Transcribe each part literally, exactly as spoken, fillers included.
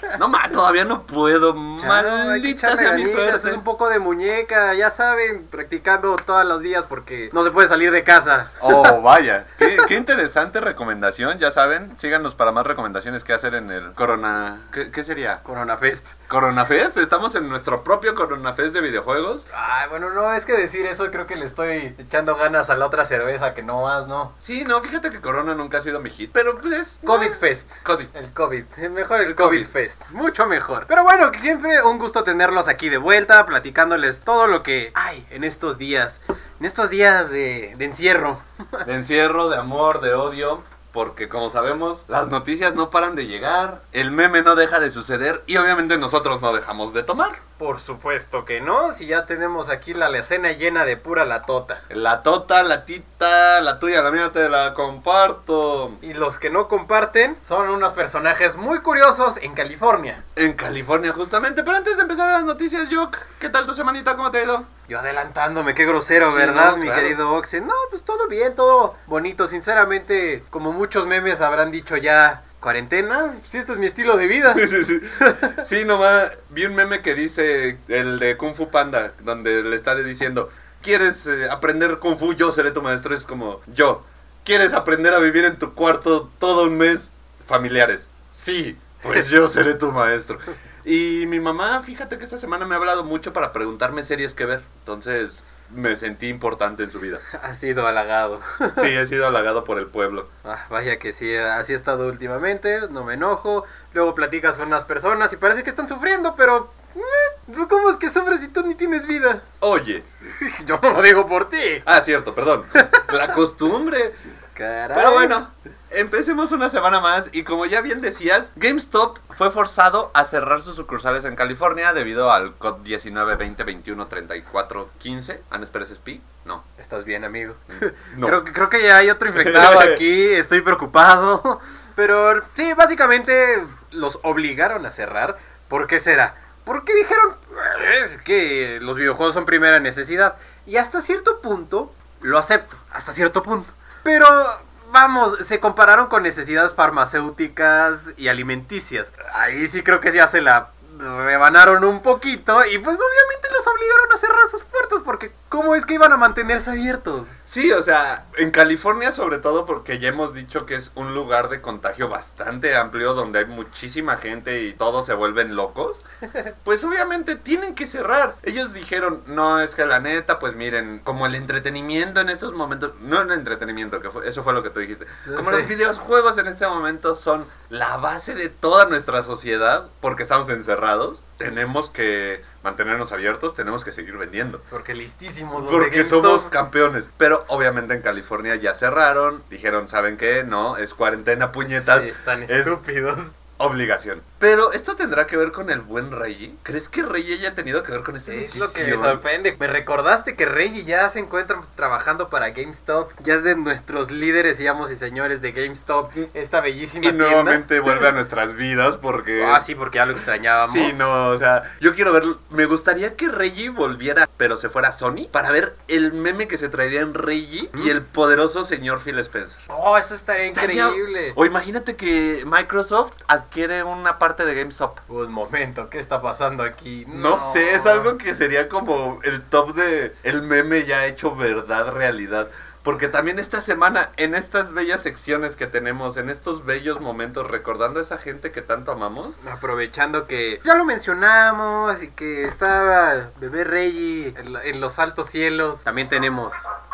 No, ma, todavía no puedo. Chao, Maldita sea mi suerte. Es un poco de muñeca, ya saben, practicando todos los días porque no se puede salir de casa. Oh, vaya. Qué, qué interesante recomendación, ya saben. Síganos para más recomendaciones que hacer en el Corona... ¿Qué, qué sería? Corona Fest. ¿Corona Fest? Estamos en nuestro propio Corona Fest de videojuegos. Ay, bueno, no, es que decir eso creo que le estoy echando ganas a la otra cerveza que no más, ¿no? Sí, no, fíjate que Corona nunca ha sido mi hit, pero pues es... COVID no es... Fest. COVID. El COVID. Mejor el, El COVID, COVID Fest. Mucho mejor. Pero bueno, siempre un gusto tenerlos aquí de vuelta, platicándoles todo lo que hay en estos días. En estos días de, de encierro. De encierro, de amor, de odio. Porque como sabemos, las noticias no paran de llegar, el meme no deja de suceder y obviamente nosotros no dejamos de tomar. Por supuesto que no, si ya tenemos aquí la alacena llena de pura latota. La tota, la tita, la tuya, la mía te la comparto. Y los que no comparten son unos personajes muy curiosos en California. En California justamente, pero antes de empezar las noticias, Jock, ¿qué tal tu semanita? ¿Cómo te ha ido? Yo adelantándome, qué grosero, Sí, ¿verdad, no, mi claro. querido Oxen? No, pues todo bien, todo bonito. Sinceramente, como muchos memes habrán dicho ya, cuarentena, sí, este es mi estilo de vida. Sí, sí, sí. Sí, nomás vi un meme que dice, el de Kung Fu Panda, donde le está diciendo, ¿quieres eh, aprender Kung Fu? Yo seré tu maestro. Es como, yo. ¿Quieres aprender a vivir en tu cuarto todo un mes? Familiares. Sí, pues yo seré tu maestro. Y mi mamá, fíjate que esta semana me ha hablado mucho para preguntarme series que ver. Entonces me sentí importante en su vida. Ha sido halagado. Sí, he sido halagado por el pueblo. Ah, vaya que sí, así ha estado últimamente, no me enojo. Luego platicas con unas personas y parece que están sufriendo, pero... eh, ¿cómo es que sufres si tú ni tienes vida? Oye. Yo no lo digo por ti. Ah, cierto, perdón. La costumbre. Caray. Pero bueno, empecemos una semana más y como ya bien decías, GameStop fue forzado a cerrar sus sucursales en California debido al C O D diecinueve, veinte, veintiuno, treinta y cuatro, quince. ¿Anes Pérez Espí? No. ¿Estás bien, amigo? No. Creo, que- creo que ya hay otro infectado aquí, estoy preocupado. Pero sí, básicamente los obligaron a cerrar. ¿Por qué será? Porque dijeron es que los videojuegos son primera necesidad. Y hasta cierto punto lo acepto, hasta cierto punto. Pero vamos, se compararon con necesidades farmacéuticas y alimenticias. Ahí sí creo que ya se la rebanaron un poquito y pues obviamente los obligaron a cerrar sus puertas porque ¿cómo es que iban a mantenerse abiertos? Sí, o sea, en California sobre todo porque ya hemos dicho que es un lugar de contagio bastante amplio donde hay muchísima gente y todos se vuelven locos, pues obviamente tienen que cerrar. Ellos dijeron, no, es que la neta, pues miren, como el entretenimiento en estos momentos, no el entretenimiento, que fue, eso fue lo que tú dijiste, como Sí. los videojuegos en este momento son la base de toda nuestra sociedad porque estamos encerrados, tenemos que mantenernos abiertos, tenemos que seguir vendiendo. Porque listísimos los Porque de GameStop. somos campeones. Pero obviamente en California ya cerraron. Dijeron, ¿saben qué? No, es cuarentena, puñetas. Sí, están es estúpidos. obligación. Pero esto tendrá que ver con el buen Reggie. ¿Crees que Reggie haya tenido que ver con esta Es decisión? lo que me sorprende. Me recordaste que Reggie ya se encuentra trabajando para GameStop. Ya es de nuestros líderes, digamos, y señores de GameStop. Esta bellísima Y tienda. nuevamente vuelve a nuestras vidas porque... Ah, sí, porque ya lo extrañábamos. Sí, no, o sea, yo quiero ver, me gustaría que Reggie volviera, pero se fuera a Sony, para ver el meme que se traería en Reggie y el poderoso señor Phil Spencer. Oh, eso estaría, Estaría- increíble. O imagínate que Microsoft adquiere una parte de GameStop. Un momento, ¿qué está pasando aquí? No, sé, es algo que sería como el top de el meme ya hecho verdad, realidad. Porque también esta semana, en estas bellas secciones que tenemos, en estos bellos momentos, recordando a esa gente que tanto amamos. Aprovechando que ya lo mencionamos y que estaba bebé Reggie en, la- en los altos cielos. También tenemos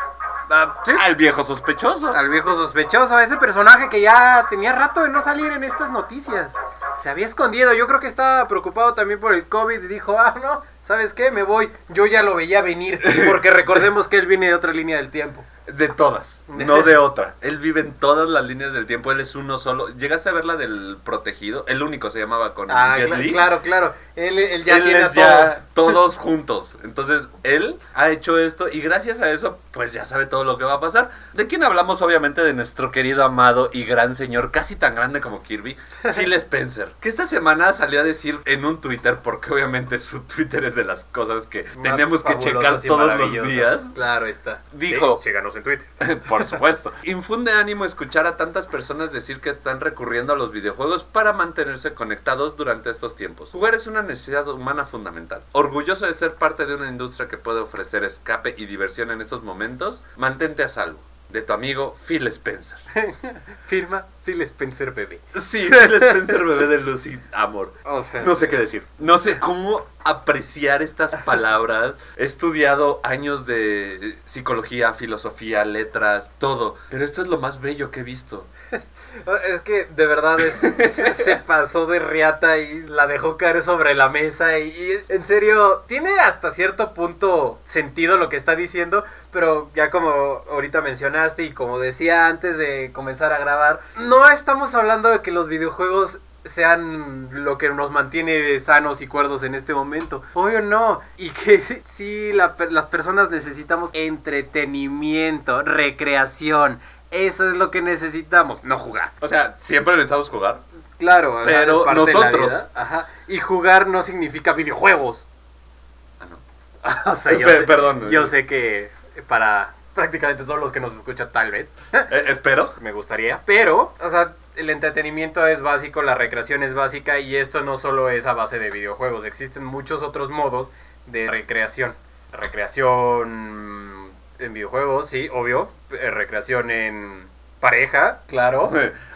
ah, ¿sí? Al viejo sospechoso. al viejo sospechoso, ese personaje que ya tenía rato de no salir en estas noticias. Se había escondido, yo creo que estaba preocupado también por el COVID y dijo, ah, no, ¿sabes qué? Me voy, yo ya lo veía venir, porque recordemos que él viene de otra línea del tiempo. De todas, no de otra. Él vive en todas las líneas del tiempo, él es uno solo. ¿Llegaste a ver la del protegido? El único se llamaba con Ah, Jet cla- Li. claro, claro, él, él ya Él tiene a es ya todos. todos juntos. Entonces, él ha hecho esto y gracias a eso, pues ya sabe todo lo que va a pasar. ¿De quién hablamos? Obviamente de nuestro querido, amado y gran señor, casi tan grande como Kirby, Phil Spencer. Que esta semana salió a decir en un Twitter, porque obviamente su Twitter es de las cosas que Más tenemos que fabulosas checar y todos los maravillosas. días. Claro está. Dijo, Sí, síganos en Twitter. Por supuesto. Infunde ánimo escuchar a tantas personas decir que están recurriendo a los videojuegos para mantenerse conectados durante estos tiempos. Jugar es una necesidad humana fundamental. Orgulloso de ser parte de una industria que puede ofrecer escape y diversión en estos momentos, mantente a salvo. De tu amigo Phil Spencer. Firma Phil Spencer bebé. Sí, Phil Spencer bebé de Lucid Amor. O sea, No sé qué decir. No sé cómo apreciar estas palabras. He estudiado años de psicología, filosofía, letras, todo. Pero esto es lo más bello que he visto. es que de verdad es- se pasó de riata y la dejó caer sobre la mesa. Y, y en serio, tiene hasta cierto punto sentido lo que está diciendo. Pero ya como ahorita mencionaste y como decía antes de comenzar a grabar, no estamos hablando de que los videojuegos sean lo que nos mantiene sanos y cuerdos en este momento. Obvio no. Y que sí, la, las personas necesitamos entretenimiento, recreación. Eso es lo que necesitamos, no jugar. O sea, siempre necesitamos jugar. Claro, ajá, Pero es parte de la nosotros- vida. Ajá. Y jugar no significa videojuegos. Ah, no. O sea, yo, Per- sé, perdón. yo sé que para prácticamente todos los que nos escuchan, tal vez, Eh, espero. me gustaría. Pero, o sea, el entretenimiento es básico, la recreación es básica y esto no solo es a base de videojuegos. Existen muchos otros modos de recreación. Recreación en videojuegos, sí, obvio. Eh, Recreación en pareja, claro.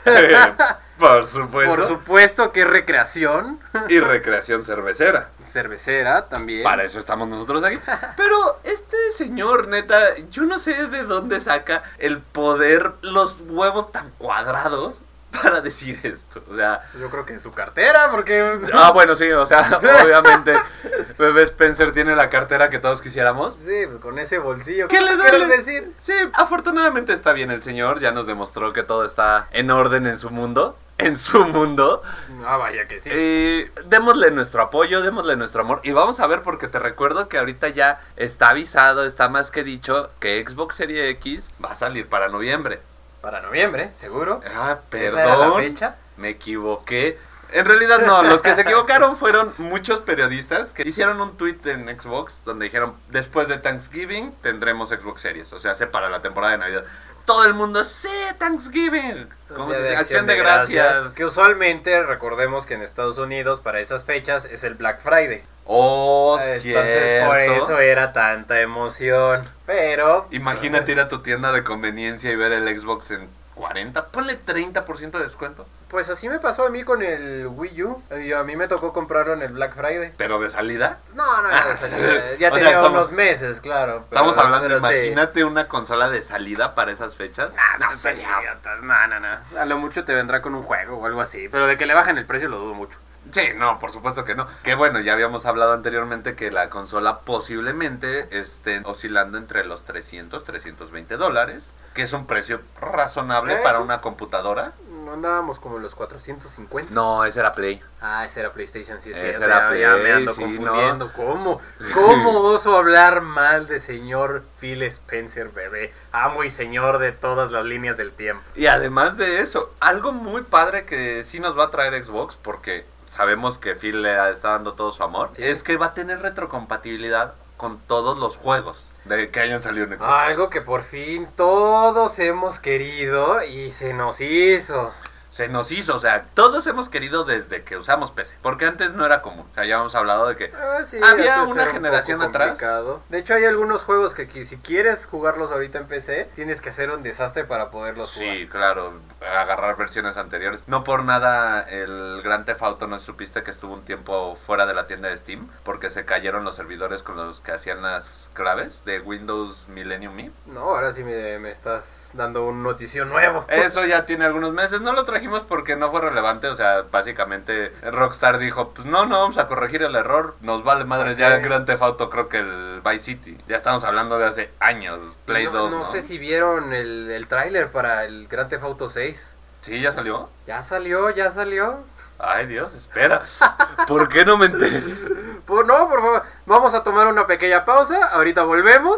Por supuesto. Por supuesto que es recreación. Y recreación cervecera. Cervecera también. Para eso estamos nosotros aquí. Pero este señor, neta, yo no sé de dónde saca el poder, los huevos tan cuadrados para decir esto. O sea, Yo creo que es su cartera, porque... ah, bueno, sí, o sea, obviamente, Bebé Spencer tiene la cartera que todos quisiéramos. Sí, pues con ese bolsillo. ¿Qué le quieres duele? decir? Sí, afortunadamente está bien el señor, ya nos demostró que todo está en orden en su mundo. En su mundo. Ah, vaya que sí. Eh, démosle nuestro apoyo, démosle nuestro amor. Y vamos a ver, porque te recuerdo que ahorita ya está avisado, está más que dicho, que Xbox Series X va a salir para noviembre. Para noviembre, seguro. Ah, ¿Esa era la perdón, fecha? me equivoqué. En realidad no, los que se equivocaron fueron muchos periodistas que hicieron un tweet en Xbox donde dijeron, después de Thanksgiving tendremos Xbox Series, o sea, se para la temporada de Navidad. Todo el mundo, sí, Thanksgiving. ¿Cómo se Día dice? Acción de gracias. Que usualmente, recordemos que en Estados Unidos, para esas fechas, es el Black Friday. Oh, Entonces, cierto. por eso era tanta emoción. Pero... Imagínate ir a tu tienda de conveniencia y ver el Xbox en cuarenta, ponle treinta por ciento de descuento. Pues así me pasó a mí con el Wii U. Y a mí me tocó comprarlo en el Black Friday. ¿Pero de salida? No, no, no, o sea, ya O sea, tenía estamos- unos meses, claro. pero- Estamos hablando, pero sí. imagínate una consola de salida para esas fechas. Ah, no, No, sería- idiotas, no, no, no. A lo mucho te vendrá con un juego o algo así. Pero de que le bajen el precio lo dudo mucho. Sí, no, por supuesto que no. Que bueno, ya habíamos hablado anteriormente que la consola posiblemente esté oscilando entre los trescientos, trescientos veinte dólares, que es un precio razonable ¿Eso? para una computadora. No andábamos como en los cuatrocientos cincuenta. No, ese era Play. Ah, ese era PlayStation, sí, es Ese cierto. era ya, ya Play, me ando sí, confundiendo. ¿Cómo? ¿Cómo oso hablar mal de señor Phil Spencer, bebé? Amo y señor de todas las líneas del tiempo. Y además de eso, algo muy padre que sí nos va a traer Xbox, porque sabemos que Phil le está dando todo su amor, Sí. es que va a tener retrocompatibilidad con todos los juegos de que hayan salido en Xbox. Algo que por fin todos hemos querido y se nos hizo. Se nos hizo, o sea, todos hemos querido desde que usamos P C, porque antes no era común. O sea, ya hemos hablado de que Ah, sí, había antes una era un generación poco atrás. complicado. De hecho, hay algunos juegos que, que si quieres jugarlos ahorita en P C, tienes que hacer un desastre para poderlos Sí, claro, agarrar versiones anteriores. No por nada el Grand Theft Auto, no supiste que estuvo un tiempo fuera de la tienda de Steam, porque se cayeron los servidores con los que hacían las claves de Windows Millennium Me. jugar. No, ahora sí me, me estás dando un noticio nuevo. Eso ya tiene algunos meses, no lo trajimos porque no fue relevante, o sea, básicamente Rockstar dijo, pues no, no vamos a corregir el error, nos vale madres Ok. ya el Grand Theft Auto, creo que el Vice City, ya estamos hablando de hace años, Play no, dos, no ¿no? sé si vieron el, el tráiler para el Grand Theft Auto seis. ¿Sí, ya salió? Ya salió, ya salió. Ay, Dios, espera, ¿por qué no me enteré de eso? Por, no, por favor, vamos a tomar una pequeña pausa, ahorita volvemos.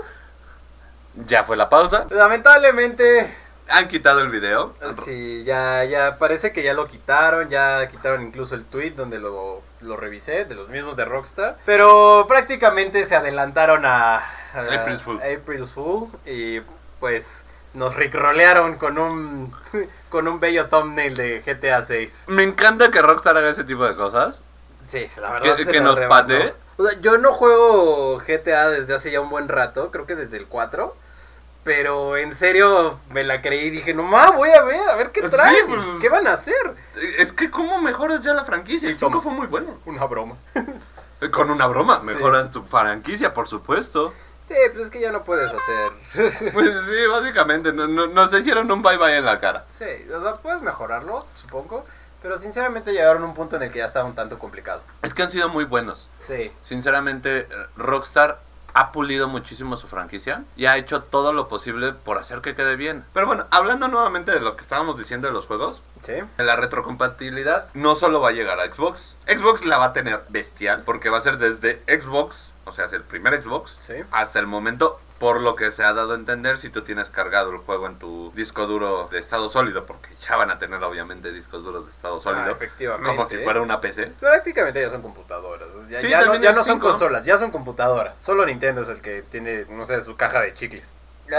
Ya fue la pausa, Lamentablemente, han quitado el video. sí, ya, ya, parece que ya lo quitaron, ya quitaron incluso el tweet donde lo, lo revisé, de los mismos de Rockstar. Pero prácticamente se adelantaron a, a April's Fool. April's Fool y pues nos rickrolearon con un con un bello thumbnail de G T A seis. Me encanta que Rockstar haga ese tipo de cosas. Sí, la verdad. Que, que nos patee. O sea, yo no juego G T A desde hace ya un buen rato, creo que desde el cuatro. Pero en serio me la creí y dije, no más, voy a ver, a ver qué traen, sí, pues, qué van a hacer. Es que cómo mejoras ya la franquicia, el cinco fue muy bueno. Una broma. Con una broma, Sí. mejoras tu franquicia, por supuesto. Sí, pues es que ya no puedes hacer. Pues sí, básicamente, no, no, nos hicieron un bye bye en la cara. Sí, o sea, puedes mejorarlo, supongo. Pero sinceramente llegaron a un punto en el que ya estaba un tanto complicado. Es que han sido muy buenos. Sí. Sinceramente, Rockstar ha pulido muchísimo su franquicia y ha hecho todo lo posible por hacer que quede bien. Pero bueno, hablando nuevamente de lo que estábamos diciendo de los juegos, Sí. la retrocompatibilidad no solo va a llegar a Xbox. Xbox la va a tener bestial porque va a ser desde Xbox, o sea, es el primer Xbox, Sí. hasta el momento, por lo que se ha dado a entender, si tú tienes cargado el juego en tu disco duro de estado sólido, porque ya van a tener obviamente discos duros de estado sólido, Ah, efectivamente. como si fuera una P C. Prácticamente ya son computadoras. Ya, Sí, ya no, también ya es no son cinco. consolas, ya son computadoras. Solo Nintendo es el que tiene, no sé, su caja de chicles.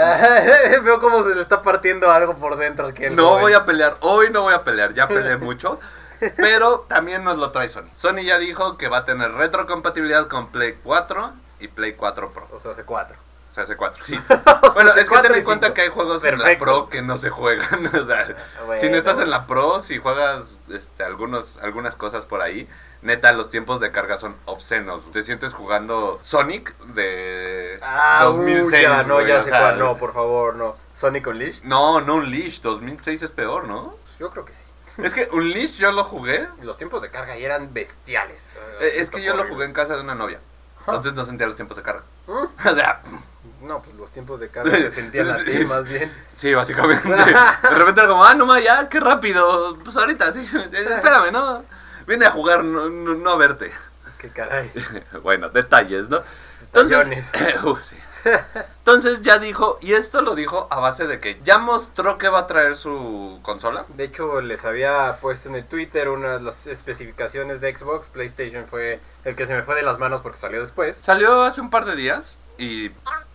Veo cómo se le está partiendo algo por dentro. Aquí al No joven. voy a pelear, hoy no voy a pelear, ya peleé mucho. Pero también nos lo trae Sony. Sony ya dijo que va a tener retrocompatibilidad con Play cuatro y Play cuatro Pro. O sea, hace cuatro. O sea, hace cuatro, sí. O sea, Bueno, hace es que cuatro ten y en cuenta cinco. que hay juegos en la Perfecto. Pro que no se juegan. O sea, Bueno. si no estás en la Pro, si juegas este, algunos, algunas cosas por ahí, neta, los tiempos de carga son obscenos. Te sientes jugando Sonic de Ah, dos mil seis. uy, ya, no, güey, ya o sé sea, cuál, no, por favor, no. Sonic Unleashed, No, no Unleashed, dos mil seis es peor, ¿no? yo creo que sí. Es que Unleashed yo lo jugué. Los tiempos de carga ahí eran bestiales. eh, Es que yo lo jugué en casa de una novia. Entonces no sentía los tiempos de carga. ¿Mm? O sea, No, pues los tiempos de carga se sentían a ti más bien. sí, básicamente. De repente era como, ah, no ma, ya, qué rápido. Pues ahorita, sí. Espérame, ¿no? Vine a jugar, no, no, no a verte. Qué caray. Bueno, detalles, ¿no? Entonces, uh, sí. Entonces ya dijo, y esto lo dijo a base de que ya mostró que va a traer su consola. De hecho, les había puesto en el Twitter unas las especificaciones de Xbox. PlayStation fue el que se me fue de las manos porque salió después. Salió hace un par de días y...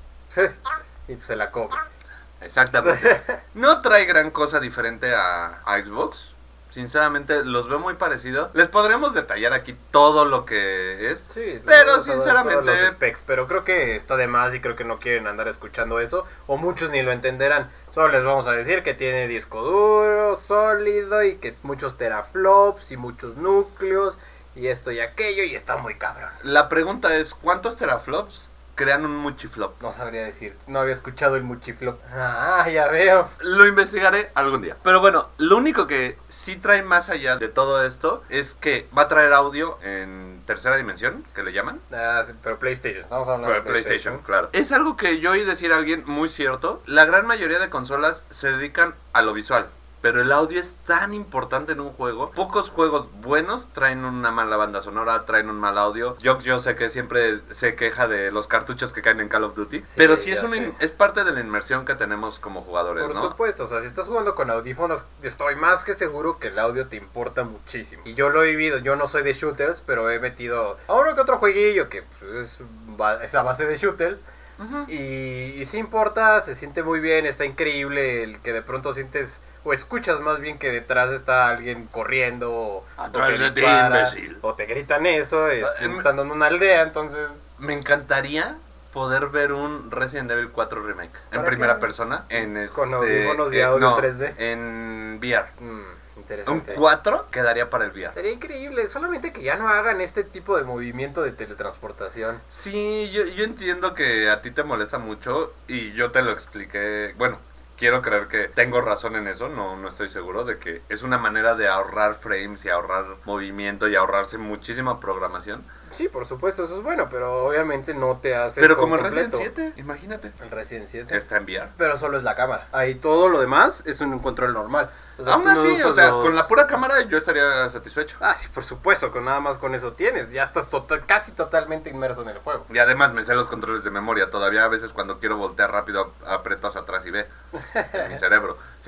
Y pues se la come. Exactamente. No trae gran cosa diferente a, a Xbox. Sinceramente, los veo muy parecidos. Les podremos detallar aquí todo lo que es. Sí, les Pero vamos a dar sinceramente- todos los specs, pero creo que está de más y creo que no quieren andar escuchando eso. O muchos ni lo entenderán. Solo les vamos a decir que tiene disco duro, sólido y que muchos teraflops y muchos núcleos y esto y aquello y está muy cabrón. La pregunta es, ¿cuántos teraflops crean un muchiflop? No sabría decir, no había escuchado el muchiflop. Ah, ya veo. Lo investigaré algún día. Pero bueno, lo único que sí trae más allá de todo esto es que va a traer audio en tercera dimensión, que le llaman. Ah, sí, pero PlayStation, estamos hablando Bueno, de PlayStation. PlayStation, claro. Es algo que yo oí decir a alguien muy cierto. La gran mayoría de consolas se dedican a lo visual. Pero el audio es tan importante en un juego. Pocos juegos buenos traen una mala banda sonora, traen un mal audio. Yo, yo sé que siempre se queja de los cartuchos que caen en Call of Duty. Sí, pero sí ya es, una, sé. es parte de la inmersión que tenemos como jugadores, Por ¿no? supuesto, o sea, si estás jugando con audífonos, estoy más que seguro que el audio te importa muchísimo. Y yo lo he vivido, yo no soy de shooters, pero he metido a uno que otro jueguillo que pues, es, ba- es a base de shooters. Ujú. Y, y sí importa, se siente muy bien, está increíble el que de pronto sientes, o escuchas más bien que detrás está alguien corriendo, o, Atrás o te de ti, dispara, imbécil. o te gritan eso, es- Ah, em- estando en una aldea, entonces... Me encantaría poder ver un Resident Evil cuatro remake en ¿Para primera qué? persona en este Con audífonos de eh, audio no, tres D. en V R. mm, Un interesante. cuatro quedaría para el V R. Sería increíble, solamente que ya no hagan este tipo de movimiento de teletransportación. Sí, yo, yo entiendo que a ti te molesta mucho y yo te lo expliqué. Bueno, quiero creer que tengo razón en eso, no, no estoy seguro de que es una manera de ahorrar frames y ahorrar movimiento y ahorrarse muchísima programación. Sí, por supuesto, eso es bueno, pero obviamente no te hace Pero por como el completo. Resident siete, imagínate. El Resident siete. Está en V R. Pero solo es la cámara. Ahí todo lo demás es un control normal. O sea, Aún tú no así, o usas sea, los- con la pura cámara yo estaría satisfecho. Ah, sí, por supuesto, con nada más con eso tienes. Ya estás total, casi totalmente inmerso en el juego. Y además me sé los controles de memoria. Todavía a veces cuando quiero voltear rápido aprieto hacia atrás y ve en mi cerebro. Sí.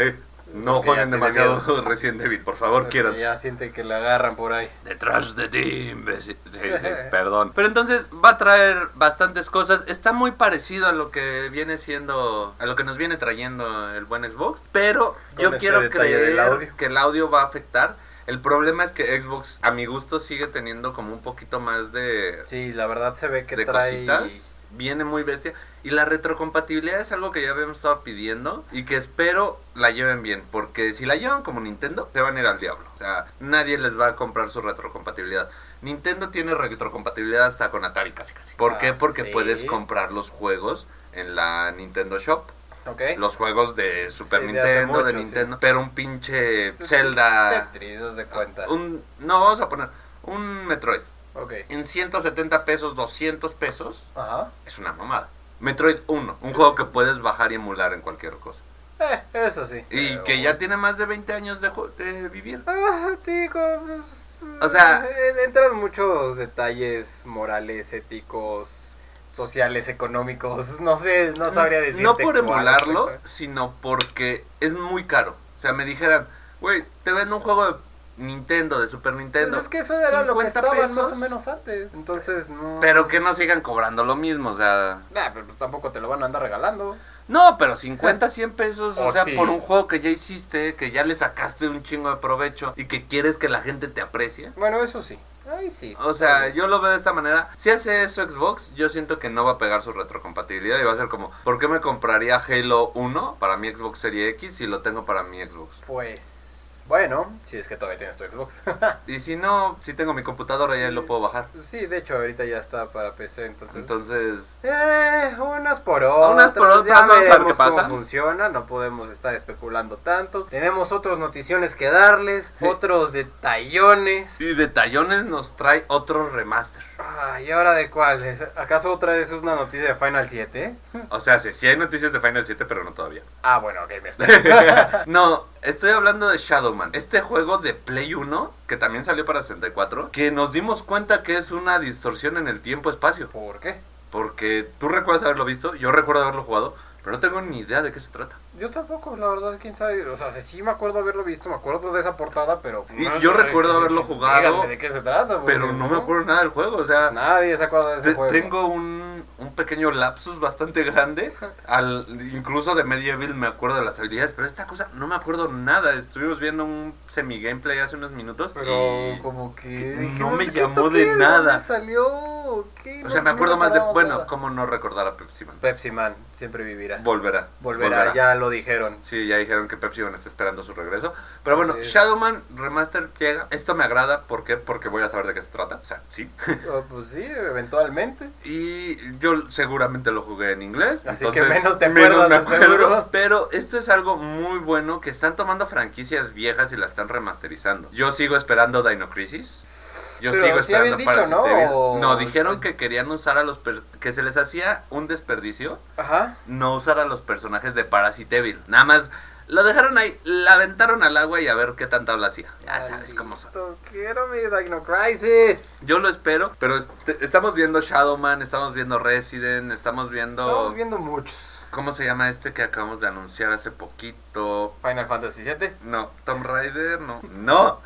No Porque ya jueguen tiene demasiado miedo. Resident Evil, por favor, Porque quiéranse. ya siente que le agarran por ahí. Detrás de ti, imbécil. Sí, sí, perdón. Pero entonces va a traer bastantes cosas. Está muy parecido a lo que viene siendo, a lo que nos viene trayendo el buen Xbox. Pero Con yo este quiero detalle del creer audio. que el audio va a afectar. El problema es que Xbox, a mi gusto, sigue teniendo como un poquito más de, Sí, la verdad se ve que de trae... cositas. Viene muy bestia. Y la retrocompatibilidad es algo que ya habíamos estado pidiendo y que espero la lleven bien. Porque si la llevan como Nintendo, se van a ir al diablo. O sea, nadie les va a comprar su retrocompatibilidad. Nintendo tiene retrocompatibilidad hasta con Atari casi casi. ¿Por qué? Ah, Porque ¿sí? puedes comprar los juegos en la Nintendo Shop. Ok. Los juegos de Super Sí, de hace Nintendo, de mucho, Nintendo. Pero un pinche Zelda. Tetris, haz de cuenta. Un, no, vamos a poner un Metroid. Ok. En ciento setenta pesos, doscientos pesos. Ajá. Es una mamada. Metroid uno, un juego que puedes bajar y emular en cualquier cosa. Eh, eso sí. Y Pero- que ya tiene más de veinte años de, ju- de vivir. Ah, tico, pues, O sea- eh, entran muchos detalles morales, éticos, sociales, económicos, no sé, no sabría decirte No por cuál emularlo, aspecto. sino porque es muy caro. O sea, me dijeran, güey, te vendo un juego de Nintendo, de Super Nintendo. Pues es que eso era lo que cincuenta estaban pesos, más o menos antes, entonces no... Pero que no sigan cobrando lo mismo, o sea... Nah, pero pues tampoco te lo van a andar regalando. No, pero cincuenta, cien pesos, o Oh, sea, sí. por un juego que ya hiciste, que ya le sacaste un chingo de provecho y que quieres que la gente te aprecie. Bueno, eso sí. Ay, sí. O sea, yo lo veo de esta manera. Si hace eso Xbox, yo siento que no va a pegar su retrocompatibilidad y va a ser como, ¿por qué me compraría Halo uno para mi Xbox Series X si lo tengo para mi Xbox? Pues... Bueno, si es que todavía tienes tu Xbox. Y si no, si tengo mi computadora ya lo puedo bajar. Sí, de hecho ahorita ya está para P C, entonces... Entonces, Eh, unas por otras. Unas por otras, ya vamos a ver veremos qué pasa. cómo funciona, no podemos estar especulando tanto. Tenemos otras noticiones que darles, Sí. otros detallones. y Detallones nos trae otro remaster. Ah, ¿y ahora de cuál? ¿Es- ¿Acaso otra vez es una noticia de Final siete? O sea, sí, sí hay noticias de Final siete, pero no todavía. Ah, bueno, ok, mira. No, estoy hablando de Shadowman. Este juego de Play uno, que también salió para sesenta y cuatro, que nos dimos cuenta que es una distorsión en el tiempo-espacio. ¿Por qué? Porque tú recuerdas haberlo visto, yo recuerdo haberlo jugado, pero no tengo ni idea de qué se trata. Yo tampoco, la verdad, quién sabe. O sea, sí me acuerdo haberlo visto, me acuerdo de esa portada, pero... Y yo recuerdo haberlo jugado, Díganme de qué se trata. porque Pero no me acuerdo nada del juego, o sea... Nadie se acuerda de ese te- juego. tengo un, un pequeño lapsus bastante grande, al incluso de Medieval me acuerdo de las habilidades, pero esta cosa no me acuerdo nada. Estuvimos viendo un semi-gameplay hace unos minutos Pero y... como que... no dijimos, me ¿esto llamó qué? de ¿De nada. dónde salió? ¿Qué? O sea, No- me no acuerdo más de... recordamos Bueno, nada. cómo no recordar a Pepsi Man. Pepsi Man siempre vivirá. Volverá. Volverá, ya lo dijeron. Sí, ya dijeron que Pepsi Man está esperando su regreso. Pero bueno, Sí. Shadowman Remaster llega. Esto me agrada. ¿Por qué? Porque voy a saber de qué se trata. O sea, sí. Oh, pues sí, eventualmente. Y yo seguramente lo jugué en inglés. Así entonces, que menos te menos acuerdas, me de acuerdo. seguro. Pero esto es algo muy bueno que están tomando franquicias viejas y las están remasterizando. Yo sigo esperando Dino Crisis. Yo Pero sigo sí esperando habían dicho, Parasite ¿no? Evil. O- No, dijeron que querían usar a los... per- que se les hacía un desperdicio Ajá. no usar a los personajes de Parasite Evil. Nada más lo dejaron ahí, la aventaron al agua y a ver qué tanta habla hacía. Ya sabes cómo son. Maldito, quiero mi Dino Crisis. Yo lo espero, pero est- estamos viendo Shadowman, estamos viendo Resident, estamos viendo... Estamos viendo muchos. ¿Cómo se llama este que acabamos de anunciar hace poquito? Final Fantasy siete. No, Tomb Raider, no. No.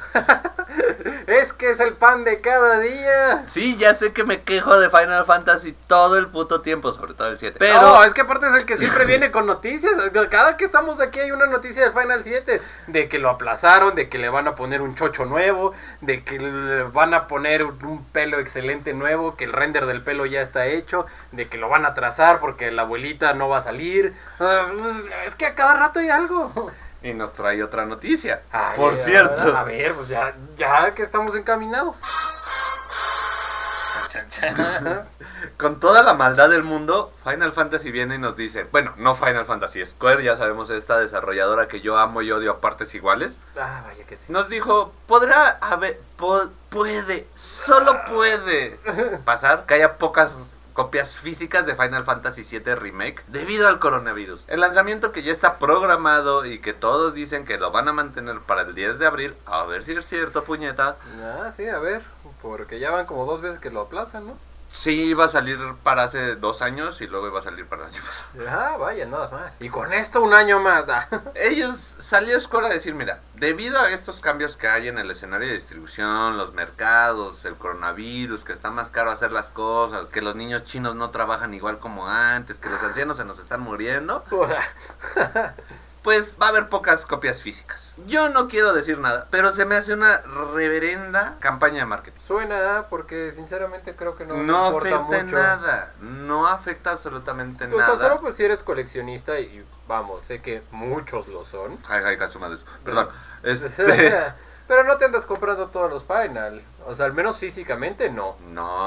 Es que es el pan de cada día. Sí, ya sé que me quejo de Final Fantasy todo el puto tiempo, sobre todo el siete. Pero... No, es que aparte es el que siempre viene con noticias. Cada que estamos aquí hay una noticia del Final siete. De que lo aplazaron, de que le van a poner un chocho nuevo, de que le van a poner un, un pelo excelente nuevo, que el render del pelo ya está hecho, de que lo van a trazar porque la abuelita no va a salir. Ah, Es que a cada rato hay algo. Y nos trae otra noticia. Ay, Por a cierto. ver, A ver, pues ya, ya que estamos encaminados. Chan, chan, chan. Con toda la maldad del mundo, Final Fantasy viene y nos dice, bueno, no Final Fantasy, Square, ya sabemos, esta desarrolladora que yo amo y odio a partes iguales, Ah, vaya que sí. nos dijo, podrá haber, po- puede, solo puede pasar que haya pocas copias físicas de Final Fantasy siete Remake debido al coronavirus. El lanzamiento que ya está programado y que todos dicen que lo van a mantener para el diez de abril, a ver si es cierto, puñetas. Ah, sí, a ver, porque ya van como dos veces que lo aplazan, ¿no? Sí, iba a salir para hace dos años y luego iba a salir para el año pasado. Ah, vaya, nada más. Y con esto un año más. Ah. Ellos salió Square a decir, mira, debido a estos cambios que hay en el escenario de distribución, los mercados, el coronavirus, que está más caro hacer las cosas, que los niños chinos no trabajan igual como antes, que los ancianos se nos están muriendo, pues va a haber pocas copias físicas. Yo no quiero decir nada, pero se me hace una reverenda campaña de marketing. Suena, porque sinceramente creo que no, No importa afecta en mucho. nada, no afecta absolutamente O sea, nada. solo pues si eres coleccionista y vamos, sé que muchos lo son. Ay, ay, casi más de eso. Perdón. Este... Pero no te andas comprando todos los Final. O sea, al menos físicamente no.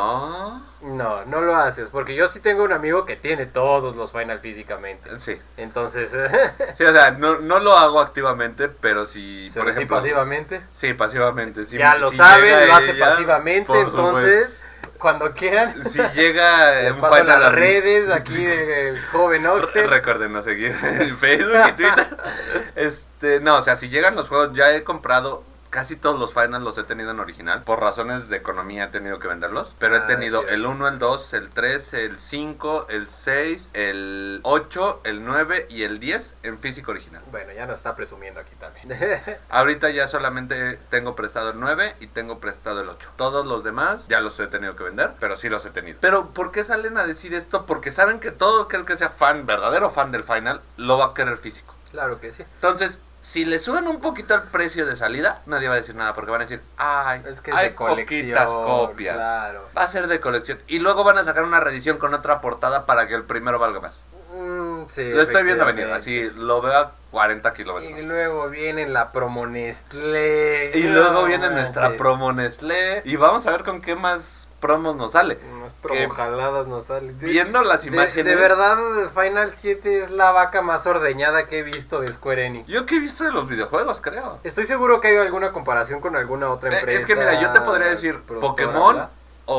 No. No, no lo haces. Porque yo sí tengo un amigo que tiene todos los Final físicamente. Sí. Entonces, Sí, o sea, no, no lo hago activamente, pero si, ¿se por lo sí ejemplo... pasivamente? Sí, pasivamente. Si, Ya lo si saben, llega lo hace ella, pasivamente. por Entonces, cuando quieran, supuesto. Si llega les un paso Final las a mí- redes aquí del joven Oxter. Recuerden no seguir en Facebook y Twitter. Este, no, o sea, si llegan los juegos, ya he comprado casi todos los Finals, los he tenido en original. Por razones de economía he tenido que venderlos. Pero Ah, he tenido sí. el uno, el dos, el tres, el cinco, el seis, el ocho, el nueve y el diez en físico original. Bueno, ya nos está presumiendo aquí también. Ahorita ya solamente tengo prestado el nueve y tengo prestado el ocho. Todos los demás ya los he tenido que vender, pero sí los he tenido. Pero ¿por qué salen a decir esto? Porque saben que todo aquel que sea fan, verdadero fan del Final, lo va a querer físico. Claro que sí. Entonces, si le suben un poquito el precio de salida, nadie va a decir nada porque van a decir, ay, Es que es hay de colección, poquitas copias. claro. Va a ser de colección. Y luego van a sacar una reedición con otra portada para que el primero valga más. Mm, sí, Lo estoy viendo venir, efectivamente. así lo veo a cuarenta kilómetros. Y luego viene la promo Nestlé. Y No luego viene nuestra manches. promo Nestlé. Y vamos a ver con qué más promos nos sale. Unas Que promo jaladas nos salen. viendo las De- imágenes. De, verdad, Final siete es la vaca más ordeñada que he visto de Square Enix. Yo que he visto de los videojuegos, creo. Estoy seguro que hay alguna comparación con alguna otra Eh, empresa. es que mira, yo te podría decir productora, Pokémon ¿verdad?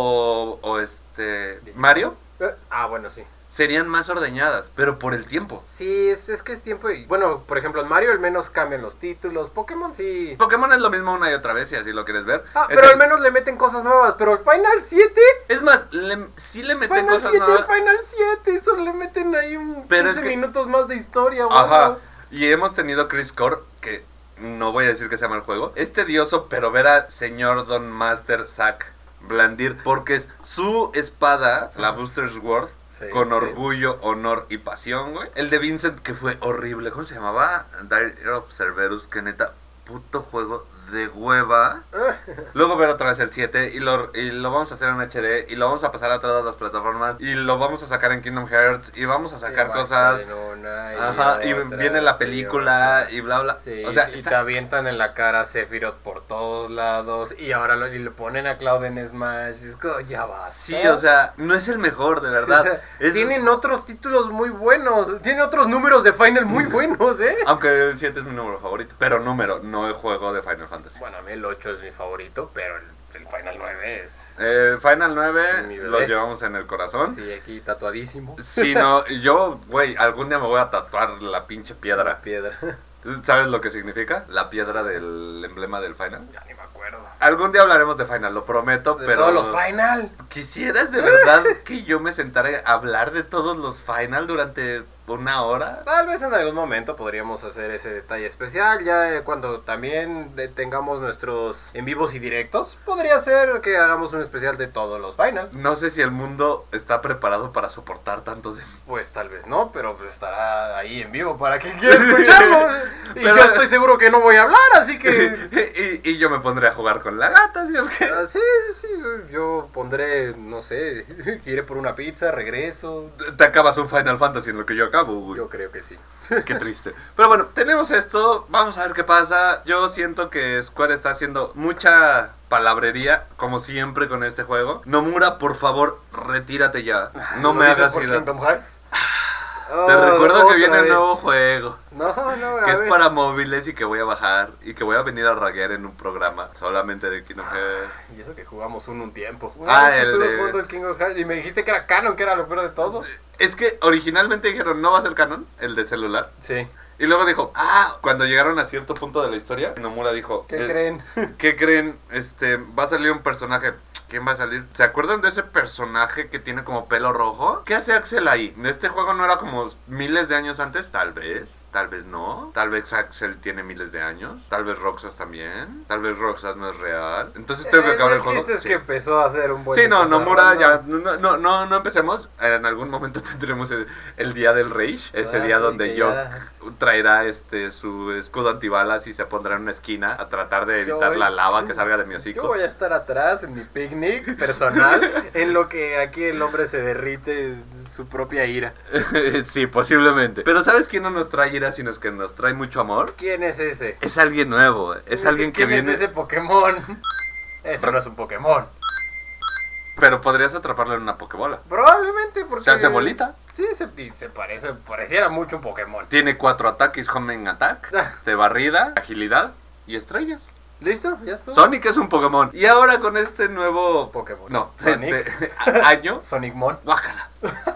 o, o este Mario Eh, Ah, bueno, sí. serían más ordeñadas, pero por el tiempo. Sí, es, es que es tiempo y... Bueno, por ejemplo, en Mario al menos cambian los títulos. Pokémon sí... Pokémon es lo mismo una y otra vez, si así lo quieres ver. Ah, Es pero el- al menos le meten cosas nuevas. Pero el Final siete... Es más, le, sí le meten Final cosas siete, nuevas. Final siete, solo le meten ahí un Pero quince es que- minutos más de historia, o Ajá. algo. Y hemos tenido Chris Core, que no voy a decir que se llama el juego. Es tedioso, pero ver a señor Don Master Zack blandir, porque es su espada, la Booster Sword, Sí, con sí. orgullo, honor y pasión, güey. El de Vincent, que fue horrible. ¿Cómo se llamaba? Diary of Cerberus, que neta, puto juego de hueva. Luego ver otra vez el siete y lo, y lo vamos a hacer en H D y lo vamos a pasar a todas las plataformas y lo vamos a sacar en Kingdom Hearts y vamos a sacar Sí, cosas. en una y Ajá, y otra, viene la y película otra. y bla bla. Sí, O sea, y está- te avientan en la cara a Sephiroth por todos lados y ahora lo, y le ponen a Cloud en Smash. Es como, ya va. sí, o sea, no es el mejor, de verdad. Es- Tienen otros títulos muy buenos. Tienen otros números de Final muy buenos, ¿eh? Aunque el siete es mi número favorito, pero número, no el juego de Final Fantasy. Bueno, a mí el ocho es mi favorito, pero el, el Final nueve es... Eh, Final nueve Mi bebé. los llevamos en el corazón. Sí, aquí tatuadísimo. Sí, no, yo, güey, algún día me voy a tatuar la pinche La piedra. piedra. ¿Sabes lo que significa? La piedra del emblema del Final. Ya ni me acuerdo. Algún día hablaremos de Final, lo prometo, De pero... todos los Final. ¿Quisieras de verdad que yo me sentara a hablar de todos los Final durante una hora? Tal vez en algún momento podríamos hacer ese detalle especial, ya eh, cuando también de- tengamos nuestros en vivos y directos, podría ser que hagamos un especial de todos los Final. No sé si el mundo está preparado para soportar tanto de... Pues tal vez no, pero pues estará ahí en vivo para quien quiera escucharlo. Y Pero- yo estoy seguro que no voy a hablar, así que... y, y yo me pondré a jugar con la gata, si es que... Ah, sí, sí, sí, yo pondré, no sé, iré por una pizza, regreso. Te acabas un Final Fantasy en lo que yo acabo, güey. Yo creo que sí. Qué triste. Pero bueno, tenemos esto. Vamos a ver qué pasa. Yo siento que Square está haciendo mucha palabrería, como siempre con este juego. Nomura, por favor, retírate ya. No ¿Lo me dices hagas por ir. a- Kingdom Hearts? Te Oh, recuerdo que otra viene un vez. nuevo juego. No, no, a Que es ver. para móviles y que voy a bajar. Y que voy a venir a raguear en un programa solamente de Kingdom Hearts. Y eso que jugamos uno un tiempo. Ah, Una vez que el estuvimos de- jugando el Kingdom Hearts y me dijiste que era canon, que era lo peor de todo. Es que originalmente dijeron no va a ser canon, el de celular. Sí. Y luego dijo, ah, cuando llegaron a cierto punto de la historia, Nomura dijo, ¿Qué eh, creen? ¿Qué creen? Este, va a salir un personaje. ¿Quién va a salir? ¿Se acuerdan de ese personaje que tiene como pelo rojo? ¿Qué hace Axel ahí? ¿Este juego no era como miles de años antes? Tal vez, tal vez no. Tal vez Axel tiene miles de años. Tal vez Roxas también. Tal vez Roxas no es real. Entonces tengo que acabar el, el juego. El chiste es sí. que empezó a hacer un buen... Sí, no, Nomura ya... No, no, no, no empecemos. En algún momento tendremos el, el día del Rage. Ese ah, día sí, donde yo ya... traerá este su escudo antibalas y se pondrá en una esquina a tratar de evitar voy... la lava que salga de mi hocico. Yo voy a estar atrás en mi picnic personal en lo que aquí el hombre se derrite su propia ira. Sí, posiblemente. Pero ¿sabes quién no nos trae ira sino es que nos trae mucho amor? ¿Quién es ese? Es alguien nuevo, es alguien que viene... ¿Quién es ese Pokémon? Ese Bro... no es un Pokémon. Pero podrías atraparlo en una Pokébola. Probablemente porque... ¿Se hace bolita? Sí, se, se parece, pareciera mucho un Pokémon. Tiene cuatro ataques, homing attack, de barrida, agilidad y estrellas. ¿Listo? ¿Ya está? Sonic es un Pokémon. Y ahora con este nuevo... Pokémon. No, Sonic. este año... Sonicmon. Guácala.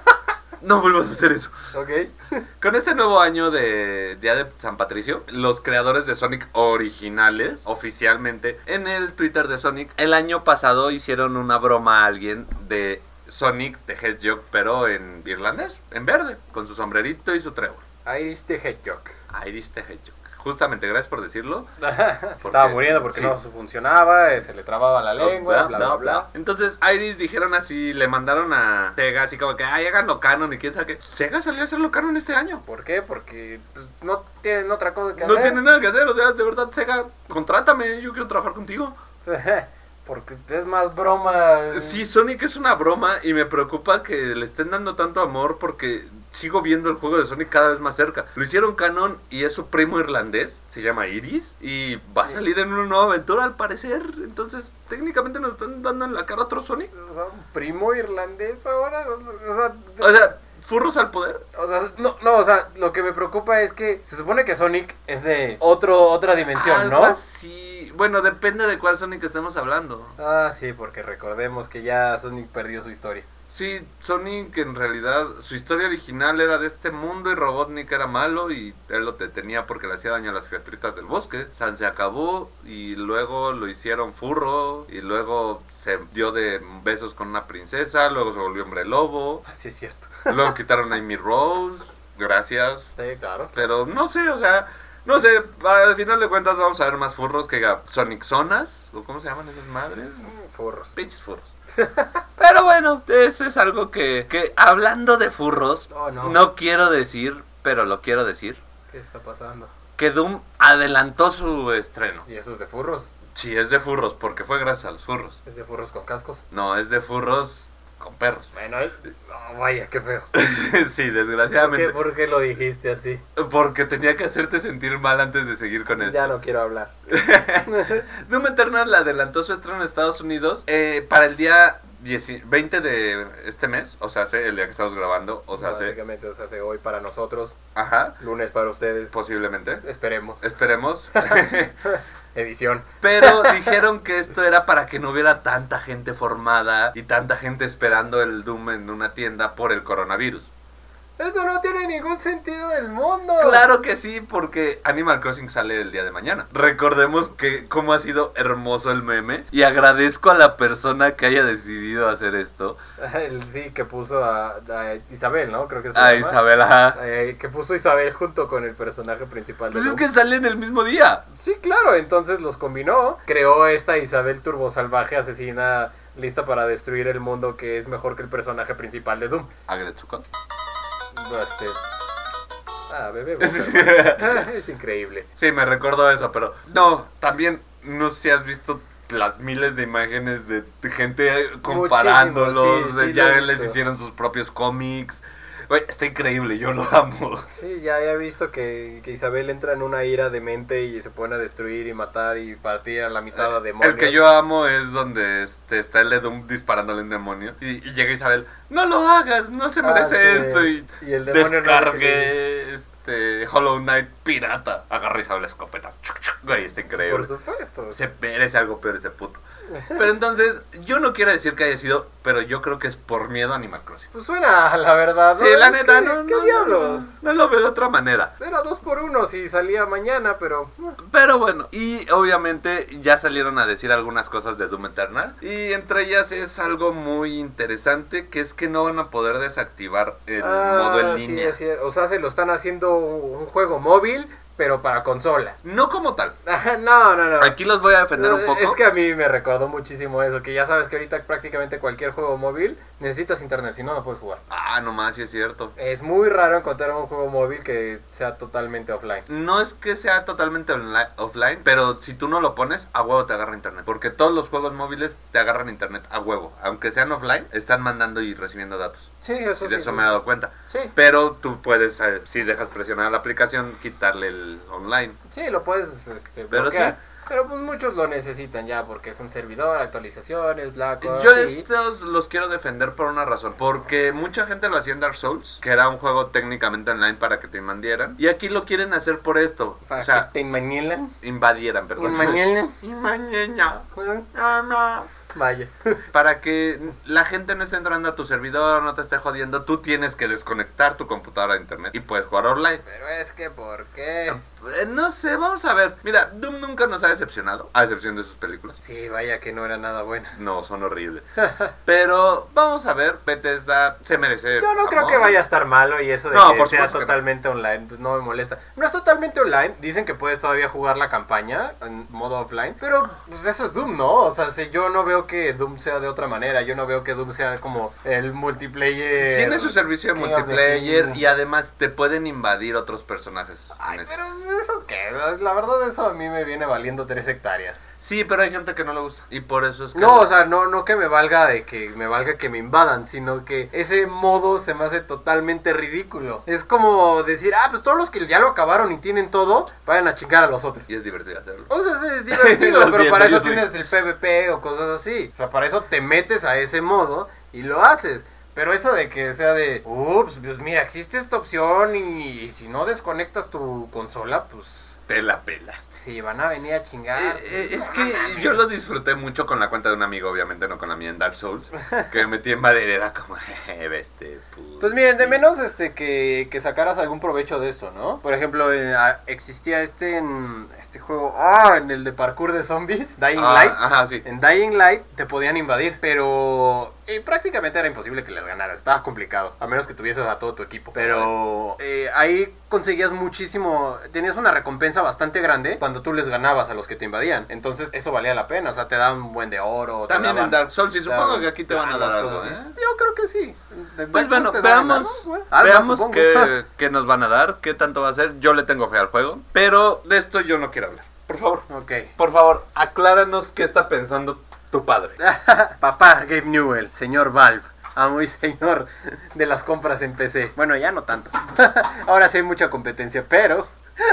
No vuelvas a hacer eso. Ok. Con este nuevo año de Día de San Patricio, los creadores de Sonic originales, oficialmente, en el Twitter de Sonic, el año pasado hicieron una broma a alguien de Sonic the Hedgehog, pero en irlandés, en verde, con su sombrerito y su trébol. Iris the Hedgehog. Iris the Hedgehog. Justamente, gracias por decirlo. Porque, estaba muriendo porque sí. no funcionaba, se le trababa la lengua, bla, bla, bla, bla. Entonces, Iris dijeron así, le mandaron a Sega así como que, ay, háganlo canon y quién sabe qué. Sega salió a hacerlo canon este año. ¿Por qué? Porque pues, no tienen otra cosa que no hacer. No tienen nada que hacer, o sea, de verdad, Sega, contrátame, yo quiero trabajar contigo. Porque es más broma. Sí, Sonic es una broma y me preocupa que le estén dando tanto amor porque sigo viendo el juego de Sonic cada vez más cerca. Lo hicieron canon y es su primo irlandés, se llama Iris, y va a salir en una nueva aventura al parecer. Entonces, técnicamente nos están dando en la cara otro Sonic. O sea, un primo irlandés ahora. O sea, o sea ¿furros al poder? O sea, no, no, o sea, lo que me preocupa es que se supone que Sonic es de otro, otra dimensión, Algo ¿no? Así. Bueno, depende de cuál Sonic estemos hablando. Ah, sí, porque recordemos que ya Sonic perdió su historia. Sí, Sonic en realidad, su historia original era de este mundo y Robotnik era malo y él lo detenía porque le hacía daño a las criaturitas del bosque. San se acabó y luego lo hicieron furro y luego se dio de besos con una princesa, luego se volvió hombre lobo. Así es cierto. Luego quitaron a Amy Rose, gracias. Sí, claro. Pero no sé, o sea... No sé, al final de cuentas vamos a ver más furros que Sonic Zonas, o ¿cómo se llaman esas madres? Furros. Pinches furros. Pero bueno, eso es algo que, que hablando de furros, oh, no. no quiero decir, pero lo quiero decir. ¿Qué está pasando? Que Doom adelantó su estreno. ¿Y eso es de furros? Sí, es de furros, porque fue gracias a los furros. ¿Es de furros con cascos? No, es de furros con perros. Bueno, oh, vaya, qué feo. Sí, desgraciadamente. ¿Por qué, ¿Por qué lo dijiste así? Porque tenía que hacerte sentir mal antes de seguir con esto. Ya no quiero hablar. Doom Eternal adelantó su estreno en Estados Unidos eh, para el día veinte de este mes, o sea, el día que estamos grabando, o sea, básicamente, o sea, hoy para nosotros. Ajá. Lunes para ustedes. Posiblemente. Esperemos. Esperemos. Edición. Pero dijeron que esto era para que no hubiera tanta gente formada y tanta gente esperando el Doom en una tienda por el coronavirus. Eso no tiene ningún sentido del mundo. Claro que sí, porque Animal Crossing sale el día de mañana. Recordemos que cómo ha sido hermoso el meme. Y agradezco a la persona que haya decidido hacer esto. Sí, que puso a, a Isabel, ¿no? Creo que se A llama. Isabel, ajá. Eh, que puso Isabel junto con el personaje principal de Pues Doom. es que salen el mismo día. Sí, claro, entonces los combinó. Creó esta Isabel turbosalvaje asesina lista para destruir el mundo, que es mejor que el personaje principal de Doom. Agretsuko. Este... Ah, bebé. Es increíble. Sí, me recordó eso, pero no, también no sé si has visto las miles de imágenes de gente comparándolos, sí, sí, ya les hicieron sus propios cómics. Güey, está increíble, yo lo amo. Sí, ya he visto que, que Isabel entra en una ira de mente y se pone a destruir y matar y partir a la mitad a demonios. El que yo amo es donde este, está el de Doom disparándole a un demonio y, y llega Isabel, no lo hagas, no se merece ah, sí. esto y, y el demonio descargue no este, Hollow Knight pirata. Agarra y sabe la escopeta. Chuc, chuc, güey, está increíble. Por supuesto. Se merece algo peor ese puto. Pero entonces, yo no quiero decir que haya sido, pero yo creo que es por miedo a Animal Crossing. Pues suena, la verdad. Sí, ¿no? la Es neta, que, no, ¿qué no, diablos? No, no lo veo de otra manera. Era dos por uno si salía mañana, pero... Pero bueno, y obviamente ya salieron a decir algunas cosas de Doom Eternal. Y entre ellas es algo muy interesante, que es que no van a poder desactivar el ah, modo en sí, línea. sí, o sea, se lo están haciendo un juego móvil, pero para consola. No como tal. No, no, no. Aquí los voy a defender un poco. Es que a mí me recordó muchísimo eso, que ya sabes que ahorita prácticamente cualquier juego móvil necesitas internet, si no, no puedes jugar. Ah, nomás, sí es cierto. Es muy raro encontrar un juego móvil que sea totalmente offline. No es que sea totalmente online, offline, pero si tú no lo pones, a huevo te agarra internet. Porque todos los juegos móviles te agarran internet a huevo. Aunque sean offline, están mandando y recibiendo datos. Sí, eso Y de sí. eso sí. me he dado cuenta. Sí. Pero tú puedes, eh, si dejas presionar la aplicación, quitarle el online. Sí, lo puedes este, Pero bloquear. sí. Pero pues muchos lo necesitan ya porque es un servidor, actualizaciones, bla, bla, Yo sí. estos los quiero defender por una razón. Porque mucha gente lo hacía en Dark Souls, que era un juego técnicamente online para que te invadieran. Y aquí lo quieren hacer por esto. Para o sea, que te inmanielan. invadieran, perdón. Inmanielan. Inmanielan. Vaya. Para que la gente no esté entrando a tu servidor, no te esté jodiendo, tú tienes que desconectar tu computadora de internet y puedes jugar online. Pero es que, ¿por qué? Eh, No sé, vamos a ver. Mira, Doom nunca nos ha decepcionado, a excepción de sus películas. Sí, vaya que no era nada buenas. No, son horribles. Pero vamos a ver, Bethesda se merece. Yo no creo amor. que vaya a estar malo y eso de No, que por sea supuesto que no. totalmente online, pues no me molesta. No es totalmente online, dicen que puedes todavía jugar la campaña en modo offline, pero pues eso es Doom, ¿no? O sea, si yo no veo que Doom sea de otra manera, yo no veo que Doom sea como el multiplayer. Tiene su servicio de King of the multiplayer King. y además te pueden invadir otros personajes. Ay, en pero estos. eso qué, la verdad eso a mí me viene valiendo tres hectáreas. Sí, pero hay gente que no le gusta y por eso es que... No, o sea, no, no que me valga de que me valga que me invadan, sino que ese modo se me hace totalmente ridículo. Es como decir, ah, pues todos los que ya lo acabaron y tienen todo, vayan a chingar a los otros. Y es divertido hacerlo. O sea, sí, es divertido, Lo pero siento, para eso yo soy- tienes el PvP o cosas así. O sea, para eso te metes a ese modo y lo haces. Pero eso de que sea de, ups, pues mira, existe esta opción y, y si no desconectas tu consola, pues Te la pelaste. sí, van a venir a chingar. Eh, eh, es que yo lo disfruté mucho con la cuenta de un amigo, obviamente no con la mía en Dark Souls, que me metí en madera, era como, jeje, este puto. Pues miren, de menos este que, que sacaras algún provecho de esto, ¿no? Por ejemplo, eh, ah, existía este en este juego, ah, en el de parkour de zombies, Dying Ah, Light. ajá, sí. En Dying Light te podían invadir, pero eh, prácticamente era imposible que les ganaras, estaba complicado, a menos que tuvieses a todo tu equipo. Pero eh, ahí conseguías muchísimo, tenías una recompensa bastante grande cuando tú les ganabas a los que te invadían. Entonces eso valía la pena, o sea, te daban un buen de oro. te También daban- en Dark Souls, y te supongo daban que aquí te van a planos, dar algo, cosas así. ¿eh? Yo creo que sí. De Pues Dark bueno, Souls te daban veamos, algo, güey. Algo, veamos supongo. qué, qué nos van a dar, qué tanto va a ser. Yo le tengo fe al juego, pero de esto yo no quiero hablar. Por favor, Ok. por favor, acláranos qué está pensando tu padre. Papá Gabe Newell, señor Valve, amo y señor de las compras en P C. Bueno, ya no tanto. Ahora sí hay mucha competencia, pero...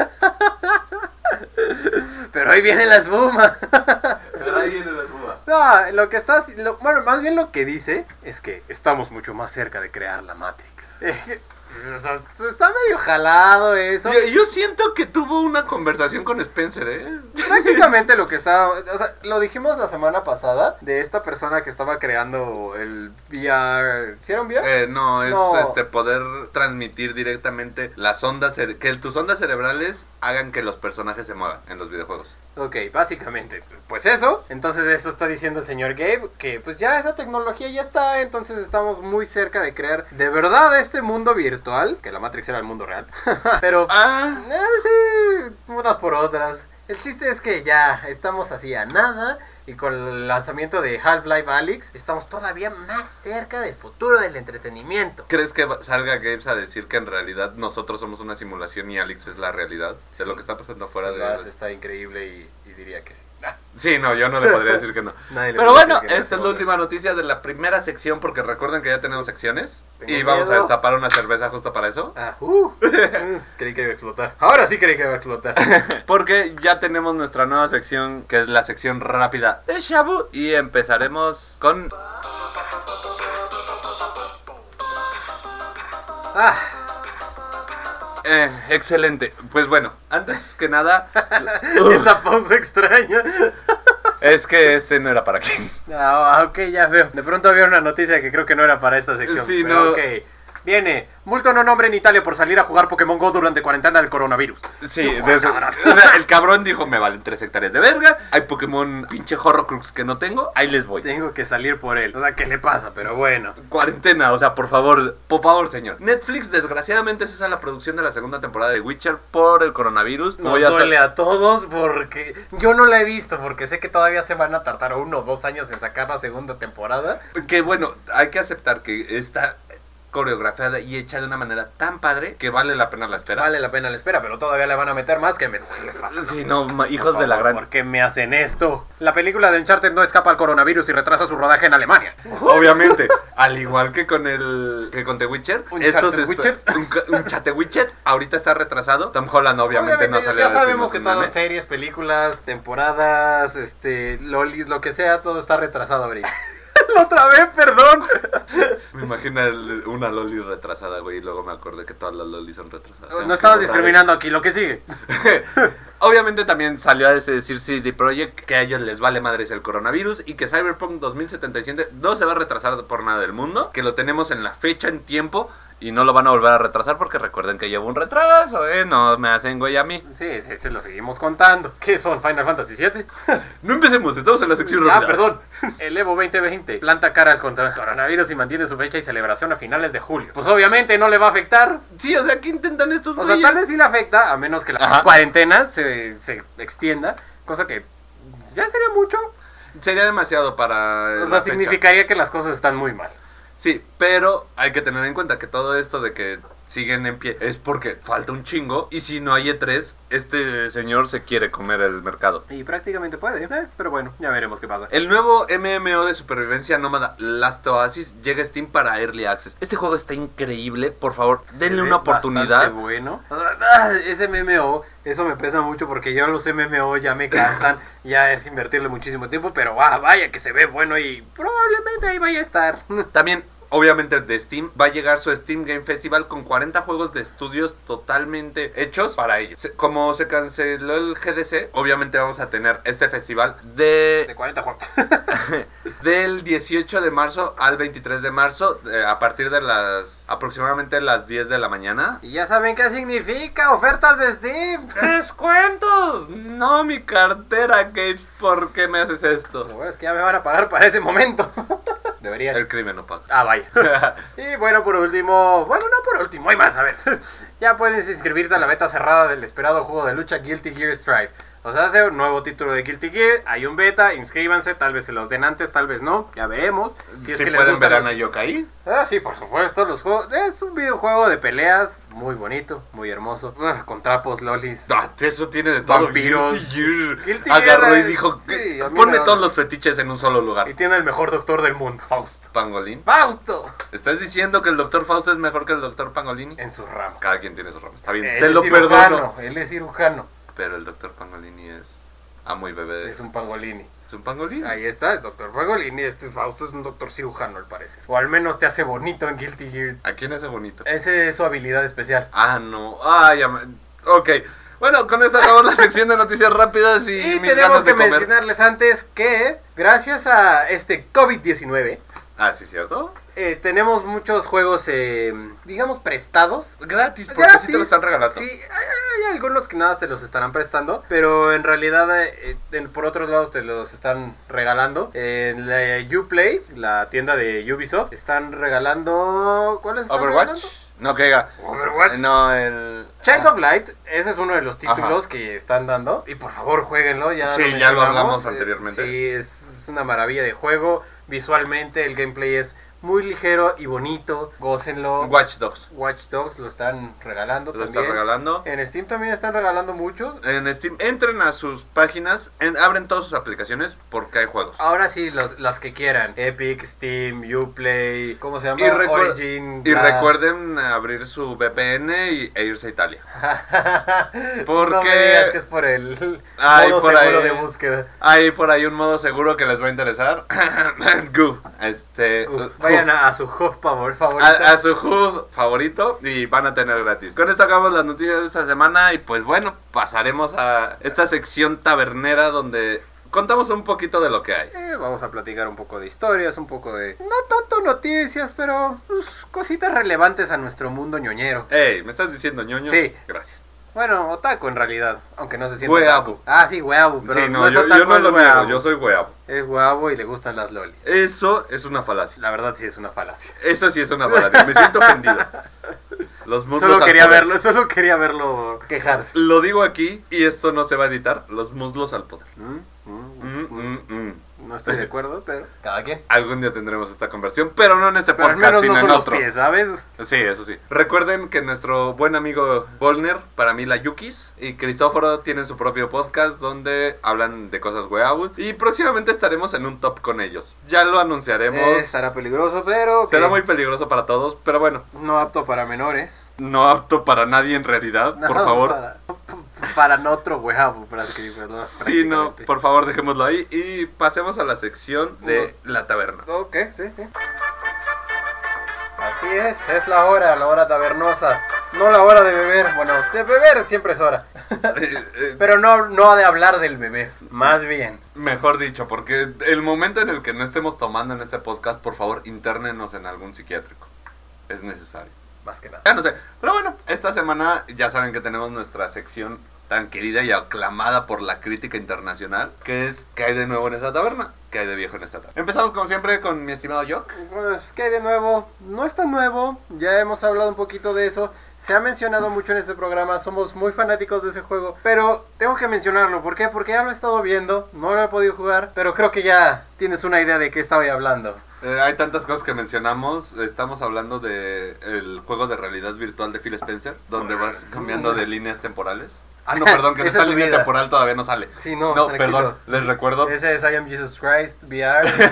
pero ahí viene la espuma. Pero ahí viene la duda. No, lo que está... lo- bueno, más bien lo que dice es que estamos mucho más cerca de crear la Matrix. O sea, está medio jalado eso. Yo, yo siento que tuvo una conversación con Spencer, ¿eh? Prácticamente lo que estaba, o sea, lo dijimos la semana pasada de esta persona que estaba creando el V R. ¿Sí era un V R? Eh, no, es No. este poder transmitir directamente las ondas, cere- que tus ondas cerebrales hagan que los personajes se muevan en los videojuegos. Ok, básicamente, pues eso. Entonces eso está diciendo el señor Gabe, que pues ya esa tecnología ya está, entonces estamos muy cerca de crear de verdad este mundo virtual, que la Matrix era el mundo real. Pero, Ah, eh, sí, unas por otras. El chiste es que ya estamos así a nada y con el lanzamiento de Half-Life Alyx estamos todavía más cerca del futuro del entretenimiento. ¿crees que va- salga Gabe a decir que en realidad nosotros somos una simulación y Alex es la realidad de lo que está pasando afuera de... Además, está increíble y, y diría que sí. Sí, no, yo no le podría decir que no. Nadie le Pero puede bueno, decir que no esta es se la va. última noticia de la primera sección, porque recuerden que ya tenemos secciones. Tengo Y vamos a miedo. destapar una cerveza justo para eso. Ah, uh, creí que iba a explotar. Ahora sí creí que iba a explotar. Porque ya tenemos nuestra nueva sección, que es la sección rápida de Shabu. Y empezaremos con... Ah, Eh, excelente. Pues bueno, antes que nada... Esa pausa extraña. Es que este no era para aquí. Ah, ok, ya veo. De pronto había una noticia que creo que no era para esta sección. Sí, pero no. Ok. Viene, multa a un hombre en Italia por salir a jugar Pokémon Go durante cuarentena del coronavirus. Sí, de eso. O sea, el cabrón dijo, me valen tres hectáreas de verga, hay Pokémon pinche Horrocrux que no tengo, ahí les voy. Tengo que salir por él. O sea, ¿qué le pasa? Pero bueno. Cuarentena, o sea, por favor, por favor, señor. Netflix, desgraciadamente, cesa la producción de la segunda temporada de Witcher por el coronavirus. Nos duele a todos porque yo no la he visto, porque sé que todavía se van a tardar uno o dos años en sacar la segunda temporada. Que bueno, hay que aceptar que está coreografiada y hecha de una manera tan padre que vale la pena la espera. Vale la pena la espera, pero todavía le van a meter más que me... ¿Qué les pasa? Sí, no, ma- hijos de la gran... ¿Por qué me hacen esto? La película de Uncharted no escapa al coronavirus y retrasa su rodaje en Alemania. Obviamente, al igual que con el que con The Witcher, estos Uncharted Witcher. un, un Chat Witcher ahorita está retrasado. Tom Holland obviamente, Obviamente, no sale ya a decirnos sabemos que un todas meme. las series, películas, temporadas, este, lolis, lo que sea, todo está retrasado ahorita. Otra vez, perdón. Me imagino el- una loli retrasada, güey, y luego me acordé que todas las lolis son retrasadas. No estabas discriminando aquí, lo que sigue. Obviamente también salió a decir C D Projekt que a ellos les vale madres el coronavirus y que Cyberpunk dos mil setenta y siete no se va a retrasar por nada del mundo, que lo tenemos en la fecha, en tiempo, y no lo van a volver a retrasar porque recuerden que llevo un retraso, eh, no me hacen güey a mí. Sí, sí, se lo seguimos contando. ¿Qué son, Final Fantasy siete? No empecemos, estamos en la sección Ah, rápida. perdón. El Evo veinte veinte planta cara contra el coronavirus y mantiene su fecha y celebración a finales de julio. Pues obviamente no le va a afectar. Sí, o sea, ¿qué intentan estos O güeyes? sea, tal vez sí le afecta, a menos que la Ajá. cuarentena se, se extienda, cosa que ya sería mucho. Sería demasiado para O la sea, fecha. significaría que las cosas están muy mal. Sí, pero hay que tener en cuenta que todo esto de que siguen en pie es porque falta un chingo y si no hay E tres, este señor se quiere comer el mercado. Y prácticamente puede, eh, pero bueno, ya veremos qué pasa. El nuevo M M O de supervivencia nómada Last Oasis llega a Steam para Early Access. Este juego está increíble, por favor, denle Se una ve oportunidad. bastante bueno. O sea, ah, ese M M O, eso me pesa mucho porque yo los M M O ya me cansan, ya es invertirle muchísimo tiempo, pero ah, vaya que se ve bueno y probablemente ahí vaya a estar. También, obviamente, de Steam va a llegar su Steam Game Festival con cuarenta juegos de estudios totalmente hechos para ellos. Se- Como se canceló el G D C, obviamente vamos a tener este festival De de cuarenta juegos. del dieciocho de marzo al veintitrés de marzo, eh, a partir de las aproximadamente las diez de la mañana. Y ya saben qué significa ofertas de Steam. ¡Descuentos! No, mi cartera, Games, ¿por qué me haces esto? Lo bueno es que ya me van a pagar para ese momento. Deberían. El crimen no paga. Ah, vaya. Y bueno, por último, bueno, no por último, hay más, a ver. Ya puedes inscribirte a la beta cerrada del esperado juego de lucha Guilty Gear Strive. O sea, hace un nuevo título de Guilty Gear, hay un beta, inscríbanse, tal vez se los den antes, tal vez no, ya veremos. Si, es que les pueden gustan ver a los- Nayokai. Ah, sí, por supuesto, los juegos. Es un videojuego de peleas, muy bonito, muy hermoso. Ah, con trapos, lolis. Ah, eso tiene de todo. Vampiros. Guilty Gear. Guilty Agarró Gear, y dijo, sí, a mí ponme me- todos los fetiches en un solo lugar. Y tiene el mejor doctor del mundo, Fausto. Pangolín. ¡Fausto! ¿Estás diciendo que el doctor Fausto es mejor que el doctor Pangolini? En su ramo. Cada quien tiene su ramo. Está bien, Él te es lo cirujano, perdono. Él es cirujano, Pero el doctor Pangolini es amo y bebé. es un pangolini. ¿Es un pangolín? Ahí está, es doctor Pangolini. Este Fausto es un doctor cirujano, al parecer. O al menos te hace bonito en Guilty Gear. ¿A quién hace bonito? Esa es su habilidad especial. Ah, no. Ah, ya me... Ok. Bueno, con esto acabamos la sección de noticias rápidas y, Y mis tenemos ganas de que comer. mencionarles antes que, gracias a este COVID diecinueve, Ah, sí, ¿cierto? eh, tenemos muchos juegos, eh, digamos, prestados. Gratis, porque Gratis. sí te lo están regalando. Sí, hay, hay algunos que nada te los estarán prestando, pero en realidad eh, en- por otros lados te los están regalando. En la Uplay, la tienda de Ubisoft, están regalando... ¿Cuáles están Overwatch. regalando? No, que diga. Overwatch. No, el... Child of Light, ese es uno de los títulos Ajá. que están dando. Y por favor, jueguenlo. Ya Sí, lo ya lo mencionamos. hablamos Eh, anteriormente. Sí, es, es una maravilla de juego. Visualmente, el gameplay es muy ligero y bonito. Gócenlo. Watch Dogs. Watch Dogs lo están regalando Lo también. están regalando. En Steam también están regalando muchos. En Steam, entren a sus páginas, en- abren todas sus aplicaciones porque hay juegos. Ahora sí, los, las que quieran. Epic, Steam, Uplay, ¿cómo se llama? Y, recuer- Origin. y bla. recuerden abrir su V P N y, e irse a Italia. Porque- No me digas que es por el Ay, modo por seguro ahí. de búsqueda. Hay por ahí un modo seguro que les va a interesar. Gu. Este, Gu. uh, Vayan hub. a, a su hub favor, favorito. A, a su hub favorito y van a tener gratis. Con esto acabamos las noticias de esta semana y pues bueno, pasaremos a esta sección tabernera donde contamos un poquito de lo que hay. Eh, vamos a platicar un poco de historias, un poco de... No tanto noticias, pero pues, cositas relevantes a nuestro mundo ñoñero. Ey, ¿me estás diciendo ñoño? Sí. Gracias. Bueno, otaku en realidad, aunque no se siente Hueabo. otaku. Ah, sí, hueabo, pero Sí, no, no es yo, otaku, yo no es lo niego, hueabo. yo soy hueabo. Es hueavo y le gustan las loli. Eso es una falacia. La verdad sí es una falacia. Eso sí es una falacia. Me siento ofendido. Los muslos Solo al quería poder. verlo, solo quería verlo quejarse. Lo digo aquí y esto no se va a editar. Los muslos al poder. Mm, mm, Mm, mm. mm, mm. No estoy de acuerdo, pero cada quien. Algún día tendremos esta conversión, pero no en este Pero al podcast, menos sino no son en los otro. pies, ¿sabes? Sí, eso sí. Recuerden que nuestro buen amigo Volner, para mí la Yukis, y Cristóforo tienen su propio podcast donde hablan de cosas weabus. Y próximamente estaremos en un top con ellos. Ya lo anunciaremos. Eh, estará peligroso, pero... Será que muy peligroso para todos, pero bueno, no apto para menores. no apto para nadie en realidad, por No, favor. Para, para no otro huevo, prácticamente. Sí, no, por favor dejémoslo ahí y pasemos a la sección de la taberna. Ok, sí, sí. Así es, es la hora, la hora tabernosa. No la hora de beber, bueno, de beber siempre es hora. Eh, eh, Pero no, no de hablar del beber, más bien. Mejor dicho, porque el momento en el que no estemos tomando en este podcast, por favor, intérnenos en algún psiquiátrico. Es necesario. Más que nada. Ya no sé. Pero bueno, esta semana ya saben que tenemos nuestra sección tan querida y aclamada por la crítica internacional, que es ¿qué hay de nuevo en esta taberna? ¿Qué hay de viejo en esta taberna? Empezamos como siempre con mi estimado Jock. Pues, ¿qué hay de nuevo? No es tan nuevo, ya hemos hablado un poquito de eso. Se ha mencionado mucho en este programa, somos muy fanáticos de ese juego. Pero tengo que mencionarlo, ¿por qué? Porque ya lo he estado viendo, no lo he podido jugar, pero creo que ya tienes una idea de qué estaba hablando. Eh, hay tantas cosas que mencionamos. Estamos hablando de el juego de realidad virtual de Phil Spencer, donde vas cambiando de líneas temporales. Ah, no, perdón, que en Esa esta es su línea vida. temporal todavía no sale. Sí, no, No, tranquilo. perdón, les recuerdo Ese es I Am Jesus Christ V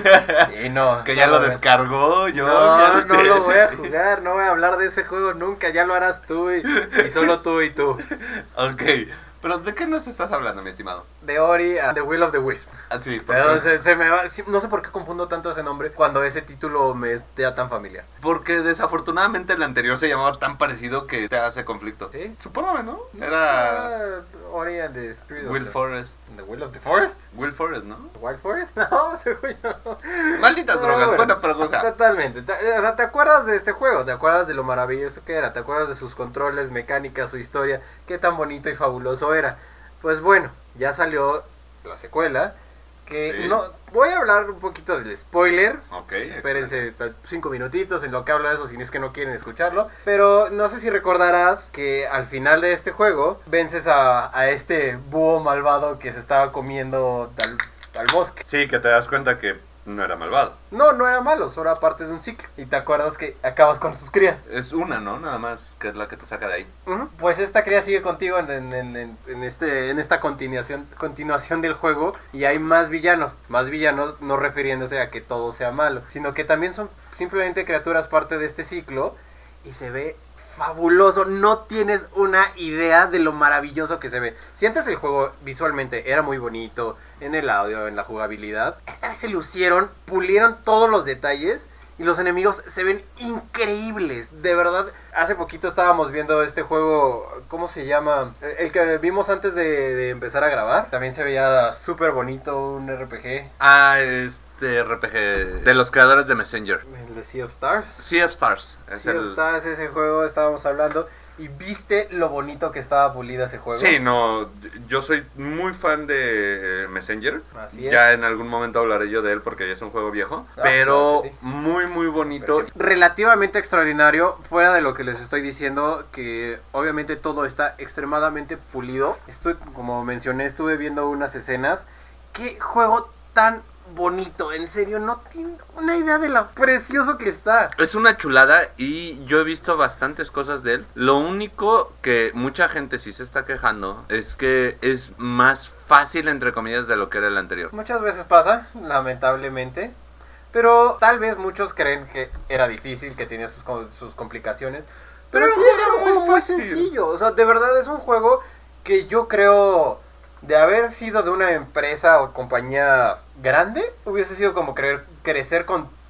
R. Y no. que ya no lo voy a- descargó. Yo No, ya no te- lo voy a jugar, no voy a hablar de ese juego nunca, ya lo harás tú y, y solo tú y tú. Ok, pero ¿de qué nos estás hablando, mi estimado? De Ori a The Will of the Wisp. Ah, sí, Pero porque, se, se me va, sí, no sé por qué confundo tanto ese nombre cuando ese título me es ya tan familiar. porque desafortunadamente el anterior se llamaba tan parecido que te hace conflicto. ¿Sí? Supongo, ¿no? Era Ah, Ori and the Spirit Will of the, Forrest. The Will of the Forest. Will Forrest, ¿no? Wild Forest. No, ese güey no. Malditas No, drogas. bueno, Bueno, pero o sea, totalmente. Te- O sea, ¿te acuerdas de este juego? ¿Te acuerdas de lo maravilloso que era? ¿Te acuerdas de sus controles, mecánicas, su historia? ¿Qué tan bonito y fabuloso era? Pues bueno, ya salió la secuela. Que Sí. no voy a hablar un poquito del spoiler. ok. Espérense ta- cinco minutitos en lo que hablo de eso, si es que no quieren escucharlo. Pero no sé si recordarás que al final de este juego vences a, a este búho malvado que se estaba comiendo al, al bosque. Sí, que te das cuenta que no era malvado. No, no era malo, solo era parte de un ciclo. Y te acuerdas que acabas con sus crías. Es una, ¿no? Nada más que es la que te saca de ahí. Ujú. Pues esta cría sigue contigo en, en, en, en- en este, en esta continuación, continuación del juego. Y hay más villanos. Más villanos no refiriéndose a que todo sea malo, sino que también son simplemente criaturas parte de este ciclo. Y se ve fabuloso. No tienes una idea de lo maravilloso que se ve. Si antes el juego visualmente era muy bonito, en el audio, en la jugabilidad, esta vez se lucieron, pulieron todos los detalles. Y los enemigos se ven increíbles, de verdad. Hace poquito estábamos viendo este juego, ¿cómo se llama? El que vimos antes de, de empezar a grabar. También se veía súper bonito, un R P G. Ah, este R P G de los creadores de Messenger. El de Sea of Stars. Sea of Stars. Es Sea el... of Stars, ese juego estábamos hablando. ¿Y viste lo bonito que estaba pulido ese juego? Sí, no, yo soy muy fan de eh, Messenger. Así es. Ya en algún momento hablaré yo de él porque ya es un juego viejo. Ah, pero claro que sí. muy, muy bonito. Relativamente extraordinario, fuera de lo que les estoy diciendo, que obviamente todo está extremadamente pulido. Estoy, como mencioné, estuve viendo unas escenas. Qué juego tan bonito, en serio, no tienen una idea de lo precioso que está. Es una chulada y yo he visto bastantes cosas de él. Lo único que mucha gente sí se está quejando es que es más fácil, entre comillas, de lo que era el anterior. Muchas veces pasa, lamentablemente. Pero tal vez muchos creen que era difícil, que tenía sus, co- sus complicaciones. Pero, Pero sí, el juego era era un muy juego muy fácil. sencillo. O sea, de verdad es un juego que yo creo, de haber sido de una empresa o compañía grande, hubiese sido como creer, crecer con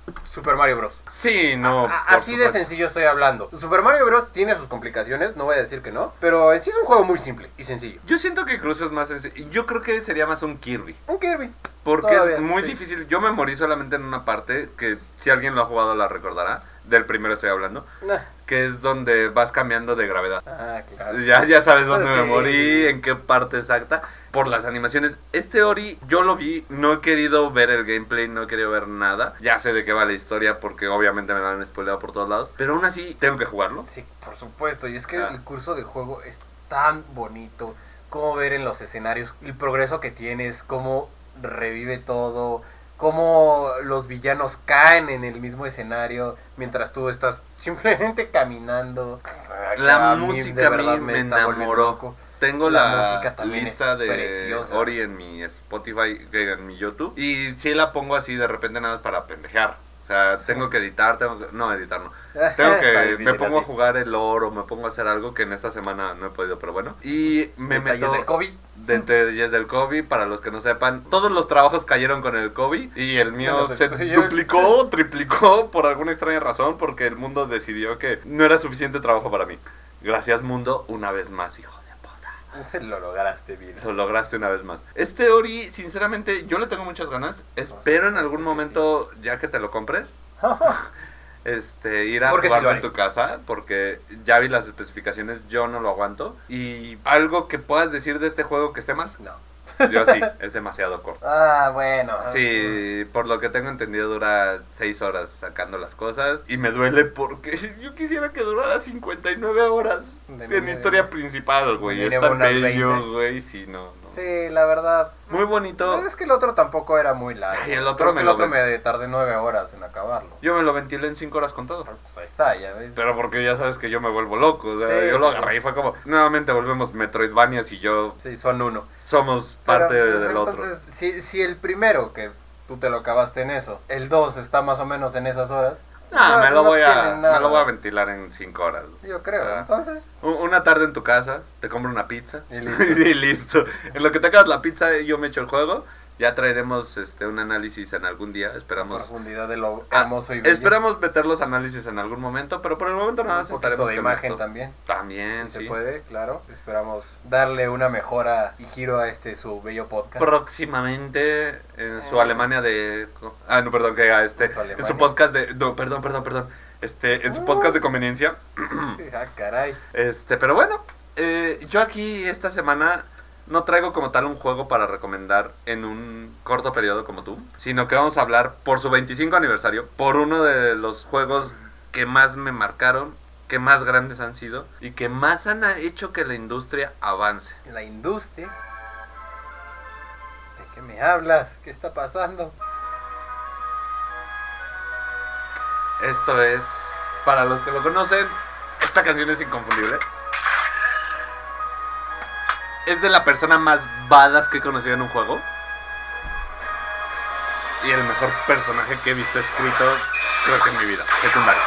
Super Mario Bros. Sí, no. A- a- así de sencillo estoy hablando. Super Mario Bros. Tiene sus complicaciones, no voy a decir que no, pero en sí es un juego muy simple y sencillo. Yo siento que incluso es más sencillo. Yo creo que sería más un Kirby. Un Kirby. Porque Todavía, es muy sí. difícil. Yo me morí solamente en una parte que si alguien lo ha jugado la recordará. Del primero estoy hablando. Nah. Que es donde vas cambiando de gravedad. Ah, claro. Ya, ya sabes dónde Sí. me morí, en qué parte exacta. Por las animaciones. Este Ori yo lo vi, no he querido ver el gameplay, no he querido ver nada. Ya sé de qué va la historia porque obviamente me lo han spoileado por todos lados. Pero aún así tengo que jugarlo. Sí, por supuesto. Y es que Ah. el curso de juego es tan bonito. Cómo ver en los escenarios el progreso que tienes, cómo revive todo, cómo los villanos caen en el mismo escenario mientras tú estás simplemente caminando. La A mí, música de a mí verdad, me está volviendo enamoró. loco. Tengo La la, música también lista es de preciosa. Ori en mi Spotify, que en mi YouTube. Y sí la pongo así de repente nada más para pendejear. O sea, tengo que editar, tengo que... No, editar no. Tengo Está que... difícil Me pongo así. a jugar el oro, me pongo a hacer algo que en esta semana no he podido, pero bueno. Y me Detalles meto... del COVID. De detalles del COVID, para los que no sepan. Todos los trabajos cayeron con el COVID. Y el mío Bueno, se estoy yo. duplicó, triplicó por alguna extraña razón. Porque el mundo decidió que no era suficiente trabajo para mí. Gracias, mundo, una vez más, hijo de puta. Lo lograste, vida. Lo lograste una vez más. Este Ori, sinceramente, yo le tengo muchas ganas. Espero en algún momento, ya que te lo compres, este, ir a Porque sí jugarlo lo en haré. tu casa. Porque ya vi las especificaciones, yo no lo aguanto. Y algo que puedas decir de este juego que esté mal. No. Yo sí, es demasiado corto. Ah, bueno. Sí, por lo que tengo entendido dura seis horas sacando las cosas. Y me duele porque yo quisiera que durara cincuenta y nueve horas. De En mínimo. historia principal, güey. Mínimo Es tan unas bello, veinte. güey. Sí, no, no. Sí, la verdad. Muy bonito. Pues es que el otro tampoco era muy largo. Ay, el otro Creo me que el lo otro ven- me tardé nueve horas en acabarlo. Yo me lo ventilé en cinco horas con todo. Pues ahí está, ya ves. Pero porque ya sabes que yo me vuelvo loco. O sea, Sí, yo lo sí. agarré y fue como... Nuevamente volvemos Metroidvanias y yo Sí, son uno. somos parte Pero, pues, del otro. entonces, Si, si el primero, que tú te lo acabaste en eso, el dos está más o menos en esas horas. No, no- me lo, no voy a, tiene nada. me lo voy a ventilar en cinco horas. Yo creo. Ah. Entonces, U- Una tarde en tu casa, te compro una pizza Y listo. y listo. En lo que te acabas la pizza, yo me echo el juego. Ya traeremos este un análisis en algún día. la Esperamos. profundidad de lo Ah, hermoso y bello. esperamos meter los análisis en algún momento, pero por el momento nada Un más poquito estaremos de con imagen esto. también. También, Si sí. se puede, claro. Esperamos darle una mejora y giro a este su bello podcast. Próximamente en su Eh. Alemania de... Ah, no, perdón, que a este... En su En su Alemania. podcast de... No, perdón, perdón, perdón. Este, en su podcast de conveniencia. Ah, caray. Este, pero bueno, eh, yo aquí esta semana no traigo como tal un juego para recomendar en un corto periodo como tú, sino que vamos a hablar por su veinticinco aniversario, por uno de los juegos que más me marcaron, que más grandes han sido y que más han hecho que la industria avance. La industria. ¿De qué me hablas? ¿Qué está pasando? Esto es, para los que lo conocen, esta canción es inconfundible. Es de la persona más badass que he conocido en un juego. Y el mejor personaje que he visto escrito, creo que en mi vida, secundario.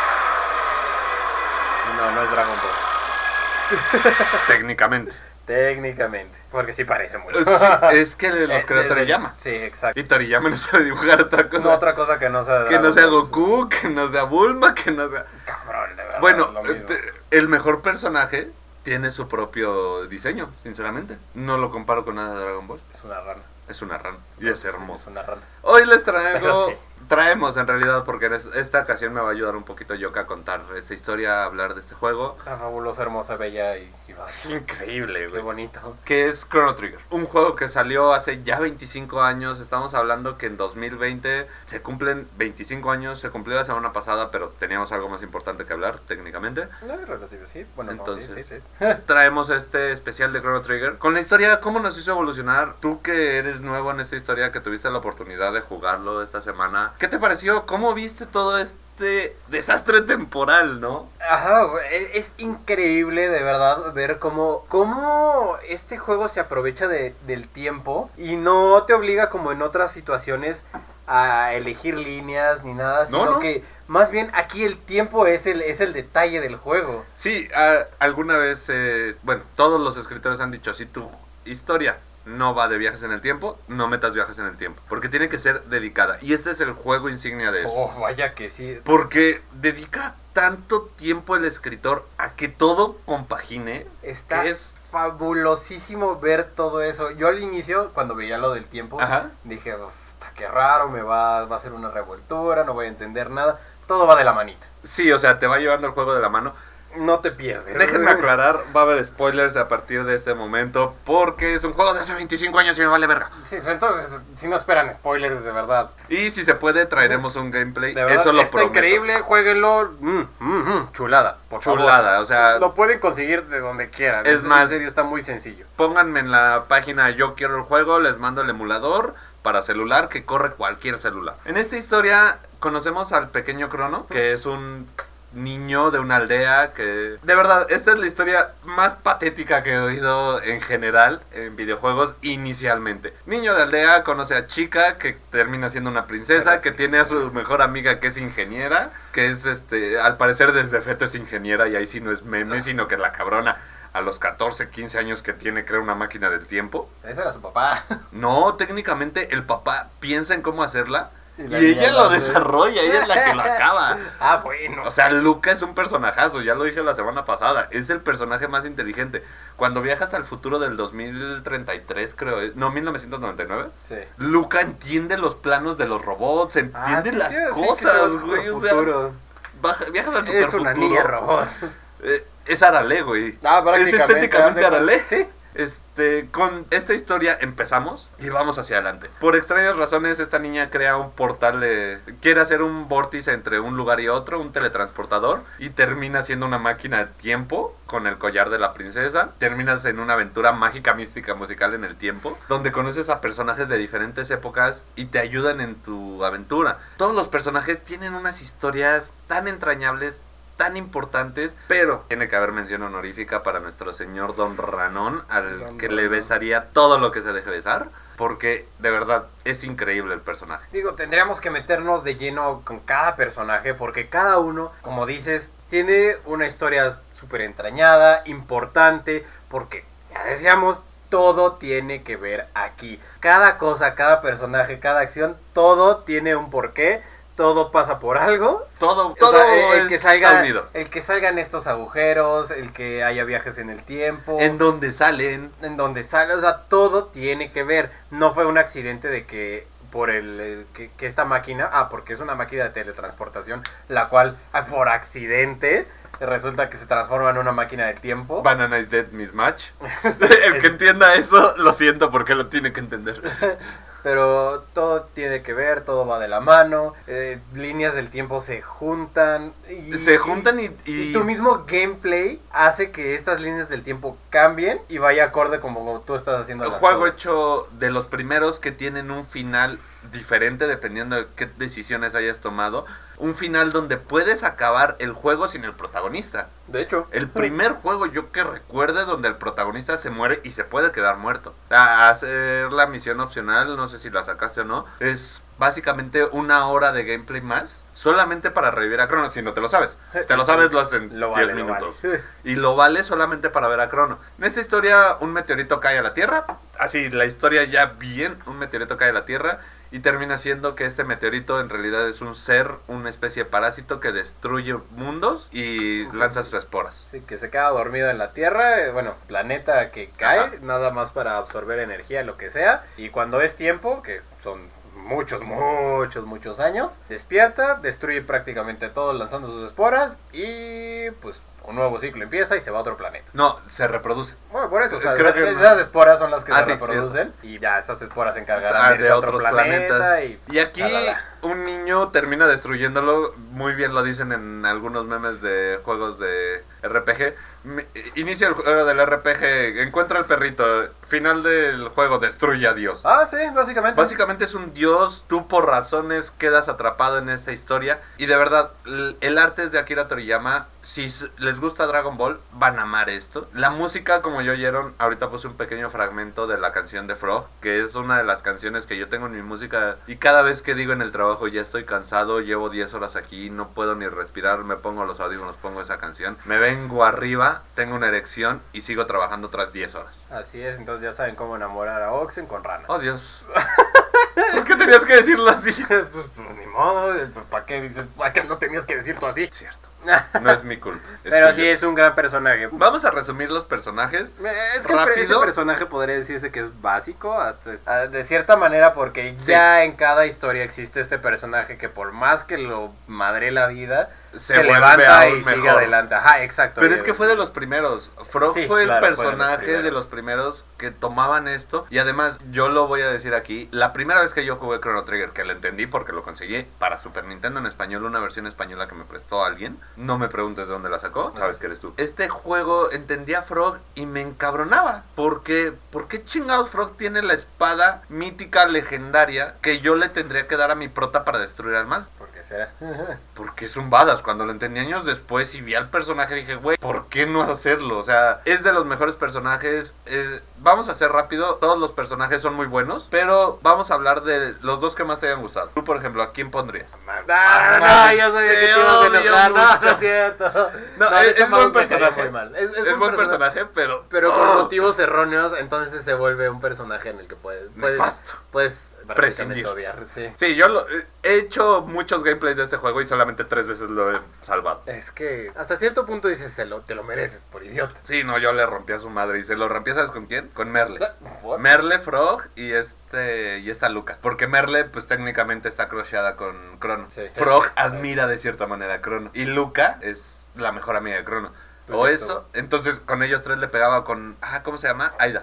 No, no es Dragon Ball. Técnicamente. Técnicamente. Porque sí parece mucho. Sí, es que los Eh, creó desde- Toriyama. Sí, exacto. Y Toriyama no sabe dibujar otra cosa. No, otra cosa que no sea que no Dragon sea Ball. Goku, que no sea Bulma, que no sea... Cabrón, de verdad. Bueno, lo mismo. te- el mejor personaje tiene su propio diseño, sinceramente. No lo comparo con nada de Dragon Ball. Es una rana. Es una rana. Y es hermoso. Es una rana. Hoy les Pero traigo... sí. Traemos en realidad, porque en es- esta ocasión me va a ayudar un poquito Yoka a contar esta historia, a hablar de este juego. La fabulosa, hermosa, bella y... y Es increíble, Qué güey. bonito. Que es Chrono Trigger. Un juego que salió hace ya veinticinco años. Estamos hablando que en dos mil veinte se cumplen veinticinco años. Se cumplió la semana pasada, pero teníamos algo más importante que hablar, técnicamente. No es relativo, sí. Bueno, Entonces, no, sí, sí, sí. traemos este especial de Chrono Trigger. Con la historia, ¿cómo nos hizo evolucionar? Tú que eres nuevo en esta historia, que tuviste la oportunidad de jugarlo esta semana. ¿Qué te pareció? ¿Cómo viste todo este desastre temporal, no? Ajá, es, es increíble de verdad ver cómo, cómo este juego se aprovecha de, del tiempo y no te obliga como en otras situaciones a elegir líneas ni nada, No, sino no. que más bien aquí el tiempo es el, es el detalle del juego. Sí, a- alguna vez, eh, bueno, todos los escritores han dicho, si tu historia no va de viajes en el tiempo, no metas viajes en el tiempo. Porque tiene que ser dedicada. Y este es el juego insignia de eso. Oh, vaya que sí. Porque dedica tanto tiempo el escritor a que todo compagine. Está que es fabulosísimo ver todo eso. Yo al inicio, cuando veía lo del tiempo, Ajá. dije, qué raro, me va, va a ser una revoltura, no voy a entender nada. Todo va de la manita. Sí, o sea, te va llevando el juego de la mano. No te pierdes. Déjenme aclarar, va a haber spoilers a partir de este momento, porque es un juego de hace veinticinco años y me vale verga. Sí, entonces, si no esperan spoilers, de verdad. Y si se puede, traeremos un gameplay, De verdad, eso lo está prometo. increíble, jueguenlo. Mm, mm, mm, chulada, por Chulada, favor. o sea... Lo pueden conseguir de donde quieran. Es en más- En serio, está muy sencillo. Pónganme en la página Yo Quiero el Juego, les mando el emulador para celular que corre cualquier celular. En esta historia conocemos al pequeño Crono, que es un niño de una aldea que... De verdad, esta es la historia más patética que he oído en general en videojuegos inicialmente. Niño de aldea conoce a chica que termina siendo una princesa, que tiene a su mejor amiga que es ingeniera, que es este, al parecer desde feto es ingeniera y ahí sí no es meme, sino que la cabrona a los catorce, quince años que tiene crea una máquina del tiempo. Ese era su papá. No, técnicamente el papá piensa en cómo hacerla y, la ella niña lo lo hace. desarrolla, ella es la que lo acaba. Ah, bueno. O sea, Luca es un personajazo, ya lo dije la semana pasada, es el personaje más inteligente. Cuando viajas al futuro del dos mil treinta y tres, creo, eh, no, mil novecientos noventa y nueve, Sí. Luca entiende los planos de los robots, entiende Ah, sí, las sí, sí, que cosas, te vas güey, al o sea, futuro. baja- viajas al Es superfuturo. una niña robot. Eh, es Arale, güey. Ah, es prácticamente, estéticamente haz de Arale. cuenta. Sí. Este, con esta historia empezamos y vamos hacia adelante. Por extrañas razones, esta niña crea un portal de... Quiere hacer un vórtice entre un lugar y otro, un teletransportador, y termina siendo una máquina de tiempo con el collar de la princesa. Terminas en una aventura mágica, mística, musical en el tiempo, donde conoces a personajes de diferentes épocas y te ayudan en tu aventura. Todos los personajes tienen unas historias tan entrañables, tan importantes, pero tiene que haber mención honorífica para nuestro señor Don Ranón, al Don que le Ranón. besaría todo lo que se deje besar, porque de verdad es increíble el personaje. Digo, tendríamos que meternos de lleno con cada personaje porque cada uno, como dices, tiene una historia súper entrañada, importante, porque ya decíamos, todo tiene que ver aquí. Cada cosa, cada personaje, cada acción, todo tiene un porqué. Todo pasa por algo. Todo, O todo sea, el, el es que salga, unido. el que salgan estos agujeros, el que haya viajes en el tiempo, En donde salen. en donde sale, o sea, todo tiene que ver. No fue un accidente de que por el eh, que, que esta máquina, ah, porque es una máquina de teletransportación, la cual ah, por accidente resulta que se transforma en una máquina del tiempo. Banana is Dead Mismatch. El que entienda eso, lo siento porque lo tiene que entender. Pero todo tiene que ver, todo va de la mano, eh, líneas del tiempo se juntan. Y, Se juntan y... Y y- tu mismo gameplay hace que estas líneas del tiempo cambien y vaya acorde como tú estás haciendo El las juego cosas. hecho de los primeros que tienen un final diferente dependiendo de qué decisiones hayas tomado. Un final donde puedes acabar el juego sin el protagonista. De hecho. El primer juego yo que recuerde donde el protagonista se muere y se puede quedar muerto. O sea, hacer la misión opcional, no sé si la sacaste o no, es básicamente una hora de gameplay más, solamente para revivir a Crono, si no te lo sabes. Si te lo sabes, lo hacen Lo diez vale, lo minutos. vale. Y lo vale solamente para ver a Crono. En esta historia, un meteorito cae a la Tierra. Así, la historia ya bien, un meteorito cae a la Tierra. Y termina siendo que este meteorito en realidad es un ser, una especie de parásito que destruye mundos y lanza sus esporas. Sí, que se queda dormido en la Tierra, eh, bueno, planeta que cae, Ajá. nada más para absorber energía, lo que sea. Y cuando es tiempo, que son muchos, muchos, muchos años, despierta, destruye prácticamente todo lanzando sus esporas y pues un nuevo ciclo empieza y se va a otro planeta. No, se reproduce. Bueno, por eso, o sea, Creo que esas no. esporas son las que Ah, se sí, reproducen y ya esas esporas se encargarán Ah, de irse de a otro otros planeta planetas. y, Y aquí Talala. un niño termina destruyéndolo. Muy bien lo dicen en algunos memes de juegos de R P G. Me- Inicia el juego del R P G, encuentra al perrito. Final del juego, destruye a Dios. Ah, sí, básicamente. Básicamente es un dios, tú por razones quedas atrapado en esta historia. Y de verdad, l- el arte es de Akira Toriyama. si les gusta Dragon Ball, van a amar esto. La música, como ya oyeron, ahorita puse un pequeño fragmento de la canción de Frog, que es una de las canciones que yo tengo en mi música. Y cada vez que digo en el trabajo, ya estoy cansado, llevo diez horas aquí, no puedo ni respirar, me pongo los audífonos, pongo esa canción. Me vengo arriba, tengo una erección y sigo trabajando otras diez horas. Así es, entonces ya saben cómo enamorar a Oxen con Rana. Oh, Dios. ¿Por qué tenías que decirlo así? Pues, pues ni modo, pues, ¿para qué dices? ¿Para qué no tenías que decir tú así? Cierto. No es mi culpa. Es Pero tuyo. sí es un gran personaje. Vamos a resumir los personajes. Es que rápido. ese personaje podría decirse que es básico, hasta de cierta manera, porque Sí. ya en cada historia existe este personaje que por más que lo madre la vida, Se se, vuelve levanta aún y sigue mejor. adelante. Ajá, exacto. Pero es que fue de los primeros. Frog Sí, fue el claro, fue de los personaje primeros. de los primeros que tomaban esto. Y además, yo lo voy a decir aquí. La primera vez que yo jugué Chrono Trigger, que lo entendí porque lo conseguí para Super Nintendo en español, una versión española que me prestó alguien. No me preguntes de dónde la sacó, sabes que eres tú. Este juego entendía a Frog y me encabronaba. Porque, ¿por qué chingados Frog tiene la espada mítica legendaria que yo le tendría que dar a mi prota para destruir al mal? ¿Por qué será? Porque es un badass. Cuando lo entendí años después y vi al personaje dije, güey, ¿por qué no hacerlo? O sea, es de los mejores personajes. eh, Vamos a hacer rápido. Todos los personajes son muy buenos, pero vamos a hablar de los dos que más te hayan gustado. Tú, por ejemplo, ¿a quién pondrías? Ah, no, yo sabía que te Te ibas a odio enojar. No, mucho. no es cierto. No, es, ahorita es Maus buen me caería personaje. muy mal. Es, es Es buen personaje, pero... Pero por ¡Oh! motivos erróneos, entonces se vuelve un personaje en el que puedes... puedes Nefasto. Puedes Prescindir. prácticamente odiar, sí. Sí, yo lo, he hecho muchos gameplays de este juego y solamente tres veces lo he salvado. Es que hasta cierto punto dices, "Se lo, te lo mereces por idiota". Sí, no, yo le rompí a su madre y se lo rompí, ¿sabes con quién? Con Merle. What? Merle, Frog y este y esta Luca. Porque Merle, pues técnicamente está crocheada con Crono. Sí. Frog Sí. admira de cierta manera a Crono. Y Luca es la mejor amiga de Crono. O Perfecto. eso, entonces con ellos tres le pegaba con, ah, ¿cómo se llama? Aida,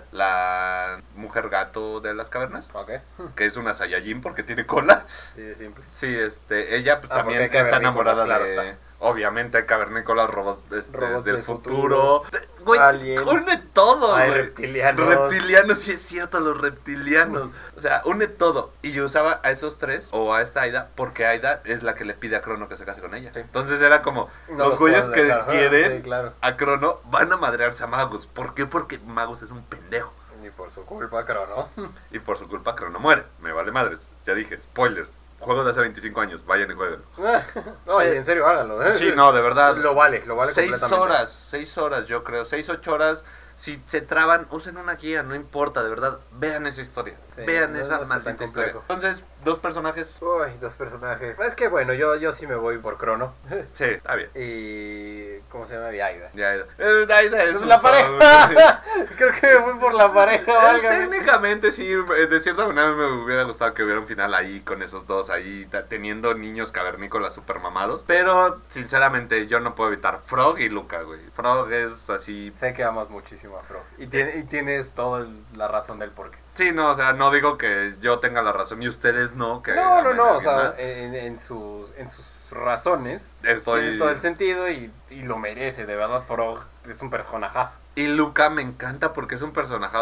la mujer gato de las cavernas, Ok. que es una Saiyajin porque tiene cola. Sí, de simple. Sí, este, ella pues Ah, también porque hay está cavernícolas, enamorada claro de... está. Obviamente hay cavernícolas, robots, este, Robots del del futuro. Te- Güey, Aliens. une todo, Hay güey. reptilianos. Reptilianos, sí es cierto, los reptilianos. O sea, une todo. Y yo usaba a esos tres, o a esta Aida, porque Aida es la que le pide a Crono que se case con ella. Sí. Entonces era como, No los los güeyes puedo que dejar. Ah, quieren sí, claro. a Crono van a madrearse a Magus. ¿Por qué? Porque Magus es un pendejo. Y por su culpa, creo, ¿no? Y por su culpa Crono muere. Me vale madres. Ya dije, spoilers. Juego de hace veinticinco años, vayan y jueguen. No, y en serio, háganlo, ¿eh? Sí, no, de verdad. Lo vale, lo vale Seis completamente. horas, seis horas yo creo, seis, ocho horas. Si se traban, usen una guía, no importa, de verdad, vean esa historia. Sí, vean no- esa no está tan maldita historia. complejo. Entonces, dos personajes. Uy, dos personajes. Es que bueno, yo, yo sí me voy por Crono. Sí, está bien. Y... ¿cómo se llama? Y Aida. Ya, ya. Eh, Aida es Es un la son- pareja. Creo que me fui por la pareja, Eh, válgame. Técnicamente sí, eh, de cierta manera me hubiera gustado que hubiera un final ahí con esos dos ahí ta- teniendo niños cavernícolas super mamados, pero sinceramente yo no puedo evitar Frog y Luca, güey. Frog es así. Sé que amas muchísimo a Frog. Y, tiene- y tienes toda la razón del porqué. Sí, no, o sea, no digo que yo tenga la razón y ustedes no, que No, no, amen a no. O alguien sea, más. en, en sus, en sus razones Estoy- tiene todo el sentido y, y lo merece. De verdad, Frog es un personajazo. Y Luca me encanta porque es un personaje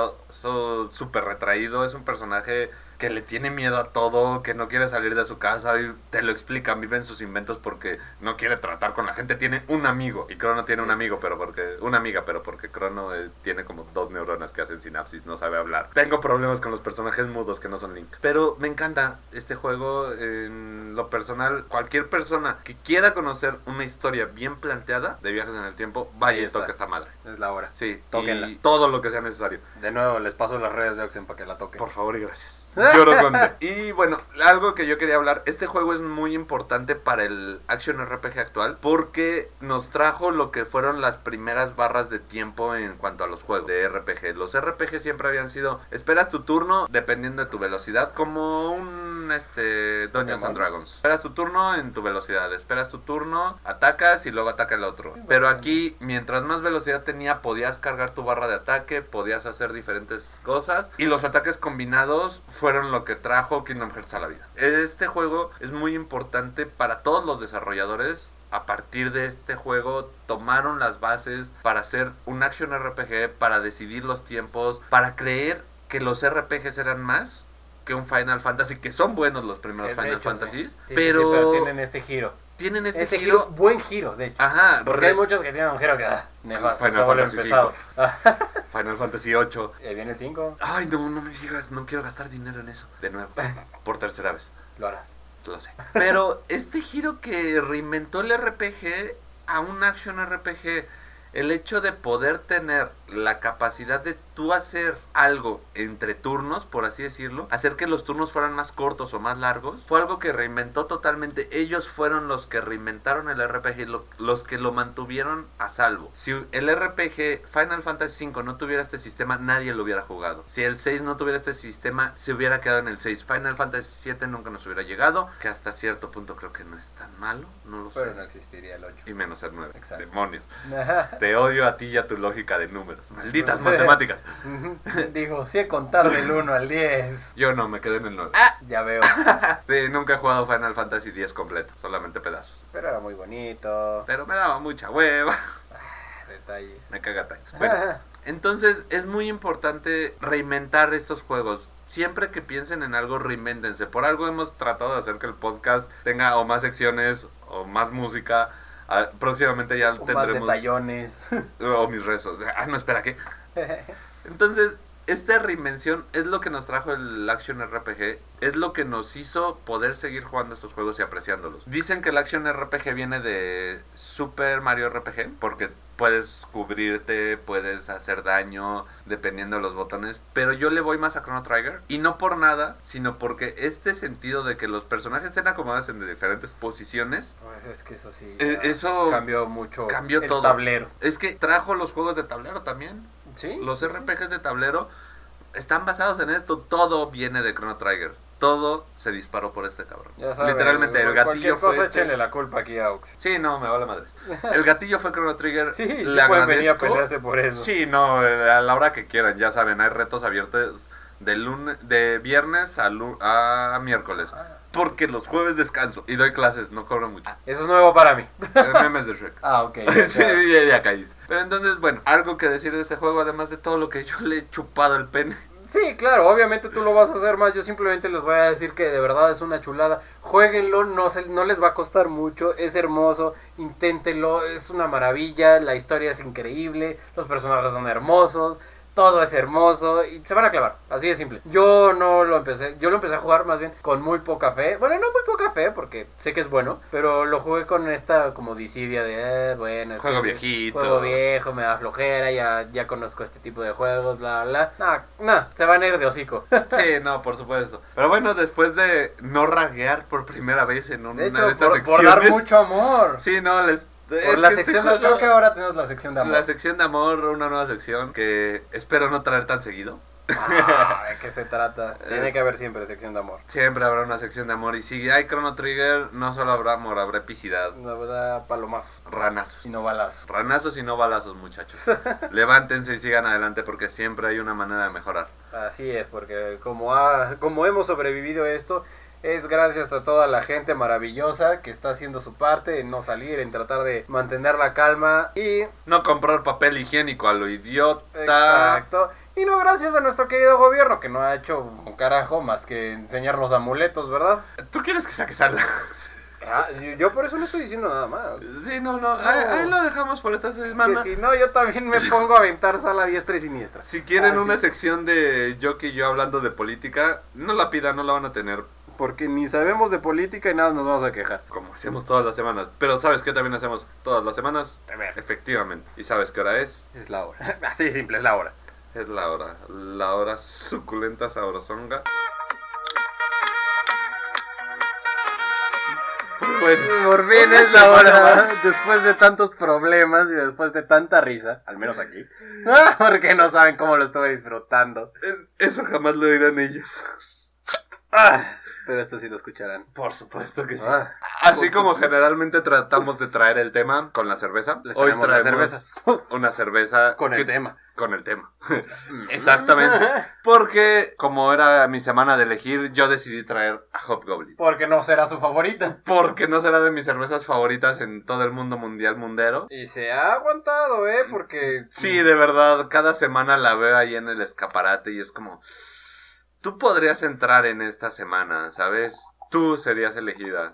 súper retraído, es un personaje que le tiene miedo a todo, que no quiere salir de su casa y te lo explican, vive en sus inventos porque no quiere tratar con la gente, tiene un amigo y Crono tiene un amigo, pero porque una amiga, pero porque Crono eh, tiene como dos neuronas que hacen sinapsis, no sabe hablar. Tengo problemas con los personajes mudos que no son Link, pero me encanta este juego en lo personal. Cualquier persona que quiera conocer una historia bien planteada de viajes en el tiempo, vaya Ahí y está. toque esta madre. Es la hora. Sí, Tóquenla. y todo lo que sea necesario. De nuevo, les paso las redes de Oxen para que la toquen. Por favor y gracias. Lloro Conde. Y bueno, algo que yo quería hablar, este juego es muy importante para el Action R P G actual porque nos trajo lo que fueron las primeras barras de tiempo en cuanto a los juegos de R P G. Los R P G siempre habían sido, esperas tu turno dependiendo de tu velocidad, como un este Dungeons and Dragons. Esperas tu turno en tu velocidad, esperas tu turno, atacas y luego ataca el otro. Pero aquí, mientras más velocidad tenía, podías cargar tu barra de ataque, podías hacer diferentes cosas y los ataques combinados fueron lo que trajo Kingdom Hearts a la vida. Este juego es muy importante para todos los desarrolladores. A partir de este juego tomaron las bases para hacer un action R P G, para decidir los tiempos, para creer que los R P Gs eran más que un Final Fantasy, que son buenos los primeros Que de Final hecho, Fantasies, sí. Sí, sí, pero... sí, pero tienen este giro. tienen este, este giro... giro, buen giro, de hecho. Ajá. Porque re... hay muchos que tienen un giro que, ah, nefasto, Final se vuelven Fantasy pesados. Final Fantasy ocho. Y ahí viene el cinco. Ay, no, no me digas, no quiero gastar dinero en eso. De nuevo, por tercera vez. Lo harás. Lo sé. Pero este giro que reinventó el R P G a un action R P G, el hecho de poder tener la capacidad de tú hacer algo entre turnos, por así decirlo, hacer que los turnos fueran más cortos o más largos, fue algo que reinventó totalmente. Ellos fueron los que reinventaron el R P G, lo, los que lo mantuvieron a salvo. Si el R P G Final Fantasy cinco no tuviera este sistema, nadie lo hubiera jugado. Si el seis no tuviera este sistema, se hubiera quedado en el seis. Final Fantasy siete nunca nos hubiera llegado, que hasta cierto punto creo que no es tan malo, no lo Pero sé. no existiría el ocho. Y menos el nueve. Exacto. Demonios. Te odio a ti y a tu lógica de números. Malditas matemáticas. Digo, sí, contar del uno al diez. Yo no, me quedé en el nueve. Ah, ya veo. Sí, nunca he jugado Final Fantasy diez completo, solamente pedazos. Pero era muy bonito. Pero me daba mucha hueva. Ah, detalles. Me caga Times. Bueno, entonces es muy importante reinventar estos juegos. Siempre que piensen en algo, reinvéntense. Por algo hemos tratado de hacer que el podcast tenga o más secciones o más música. Ah, próximamente ya O tendremos... más detallones. O mis rezos. Ah, no, espera, ¿qué? Entonces, esta reinvención es lo que nos trajo el Action R P G, es lo que nos hizo poder seguir jugando estos juegos y apreciándolos. Dicen que el Action R P G viene de Super Mario R P G, porque puedes cubrirte, puedes hacer daño, dependiendo de los botones, pero yo le voy más a Chrono Trigger, y no por nada, sino porque este sentido de que los personajes estén acomodados en diferentes posiciones, Pues es que eso sí, eh, eso cambió mucho cambió el todo. tablero. Es que trajo los juegos de tablero también. Sí. Los sí. R P Gs de tablero están basados en esto. Todo viene de Chrono Trigger. Todo se disparó por este cabrón. Ya saben, Literalmente, el gatillo cualquier fue cosa, este. échenle la culpa aquí a Aux. Sí, no, me vale madres. El gatillo fue Chrono Trigger. Sí, sí Le pueden venir a agradezco. pelearse por eso. Sí, no, eh, a la hora que quieran, ya saben, hay retos abiertos de lunes, de viernes a, lu- a miércoles. Porque los jueves descanso y doy clases, no cobro mucho. Eso es nuevo para mí. Eh, Memes de Shrek. Ah, ok. ya, Sí, ya. ya, ya caíste. Pero entonces, bueno, algo que decir de este juego, además de todo lo que yo le he chupado el pene. Sí, claro, obviamente tú lo vas a hacer más. Yo simplemente les voy a decir que de verdad es una chulada. Jueguenlo, no, se, no les va a costar mucho. Es hermoso, inténtenlo, es una maravilla. La historia es increíble, los personajes son hermosos. Todo es hermoso y se van a clavar, así de simple. Yo no lo empecé, yo lo empecé a jugar más bien con muy poca fe. Bueno, no muy poca fe porque sé que es bueno, pero lo jugué con esta como disidia de, eh, bueno, es Juego que- viejito. Juego viejo, me da flojera, ya, ya conozco este tipo de juegos, bla, bla. No, no, se van a ir de hocico. Sí, no, por supuesto. Pero bueno, después de no raguear por primera vez en una De de, hecho, estas por, secciones. por dar mucho amor. Sí, no, les... Por es la que este sección, de- juego- creo que ahora tenemos la sección de amor. La sección de amor, una nueva sección que espero no traer tan seguido. Ah, ¿de qué se trata? Eh. Tiene que haber siempre sección de amor. Siempre habrá una sección de amor. Y si hay Chrono Trigger, no solo habrá amor, habrá epicidad. La verdad, palomazos. Ranazos. Y no balazos. Ranazos y no balazos, muchachos. Levántense y sigan adelante porque siempre hay una manera de mejorar. Así es, porque como, ha, como hemos sobrevivido esto, es gracias a toda la gente maravillosa que está haciendo su parte en no salir, en tratar de mantener la calma y... No comprar papel higiénico a lo idiota. Exacto. Y no gracias a nuestro querido gobierno que no ha hecho un carajo más que enseñarnos amuletos, ¿verdad? ¿Tú quieres que saques algo? Ah, yo, yo por eso no estoy diciendo nada más. Sí, no, no. Ahí, ahí lo dejamos por esta semana. Que si no, yo también me pongo a aventar sal a diestra y siniestra. Si quieren Ah, una sí. sección de Jockey y yo hablando de política, no la pidan, no la van a tener. Porque ni sabemos de política y nada nos vamos a quejar. Como hacemos todas las semanas. Pero ¿sabes qué también hacemos todas las semanas? Beber. Efectivamente. ¿Y sabes qué hora es? Es la hora. Así de simple, es la hora. Es la hora. La hora suculenta sabrosonga. Bueno, Por fin una es la semana hora. más. Después de tantos problemas y después de tanta risa, al menos aquí. Porque no saben cómo lo estuve disfrutando. es- eso jamás lo dirán ellos. Ah, pero esto sí lo escucharán. Por supuesto que sí. Ah. Así como generalmente tratamos de traer el tema con la cerveza, Les hoy traemos la traemos cerveza. una cerveza Con el que- tema. Con el tema. Exactamente. Porque como era mi semana de elegir, yo decidí traer a Hobgoblin. Porque no será su favorita. Porque no será de mis cervezas favoritas en todo el mundo mundial mundero. Y se ha aguantado, ¿eh? Porque... Sí, de verdad, cada semana la veo ahí en el escaparate y es como... Tú podrías entrar en esta semana, ¿sabes? Tú serías elegida.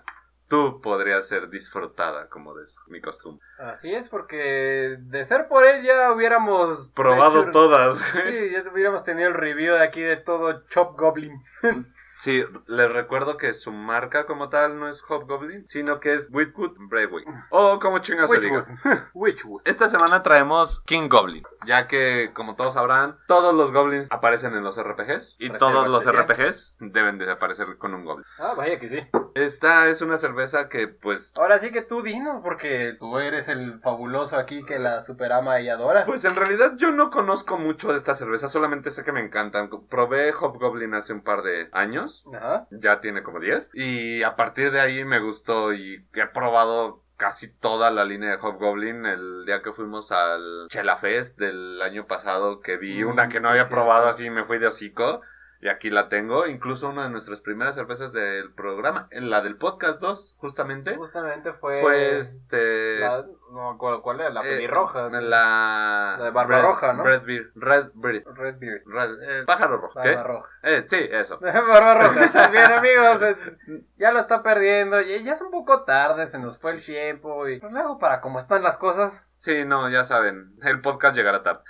tú podrías ser disfrutada, como es mi costumbre. Así es, porque de ser por él ya hubiéramos... Probado hecho, todas. Sí, ya hubiéramos tenido el review de aquí de todo Chop Goblin. Sí, les recuerdo que su marca como tal no es Hobgoblin, sino que es Witchwood Brewing. O como chingas se diga. Witchwood. Esta semana traemos King Goblin, ya que, como todos sabrán, todos los goblins aparecen en los R P Gs y Reserva todos los especial. R P Gs deben de aparecer con un goblin. Ah, vaya que sí. Esta es una cerveza que, pues... Ahora sí que tú dinos, porque tú eres el fabuloso aquí que la superama y adora. Pues en realidad yo no conozco mucho de esta cerveza, solamente sé que me encantan. Probé Hobgoblin hace un par de años. Ajá. Ya tiene como diez. Y a partir de ahí me gustó y he probado casi toda la línea de Hobgoblin. El día que fuimos al Chela Fest del año pasado, que vi una que no sí, había cierto. probado, así me fui de hocico. Y aquí la tengo, incluso una de nuestras primeras cervezas del programa, en la del podcast dos, justamente. Justamente fue... Fue este... La, no me acuerdo cuál era, la eh, pelirroja. La... La de barba Red- roja, ¿no? Red Beard. Red Beard. Redbeard. Red- eh, pájaro rojo. Barba ¿Qué? roja. Eh, sí, eso. Barba roja. ¿Estás bien, amigos? Eh, Ya lo está perdiendo. Ya, ya es un poco tarde, se nos fue el tiempo. Y pues luego, para cómo están las cosas... Sí, no, ya saben, el podcast llegará tarde.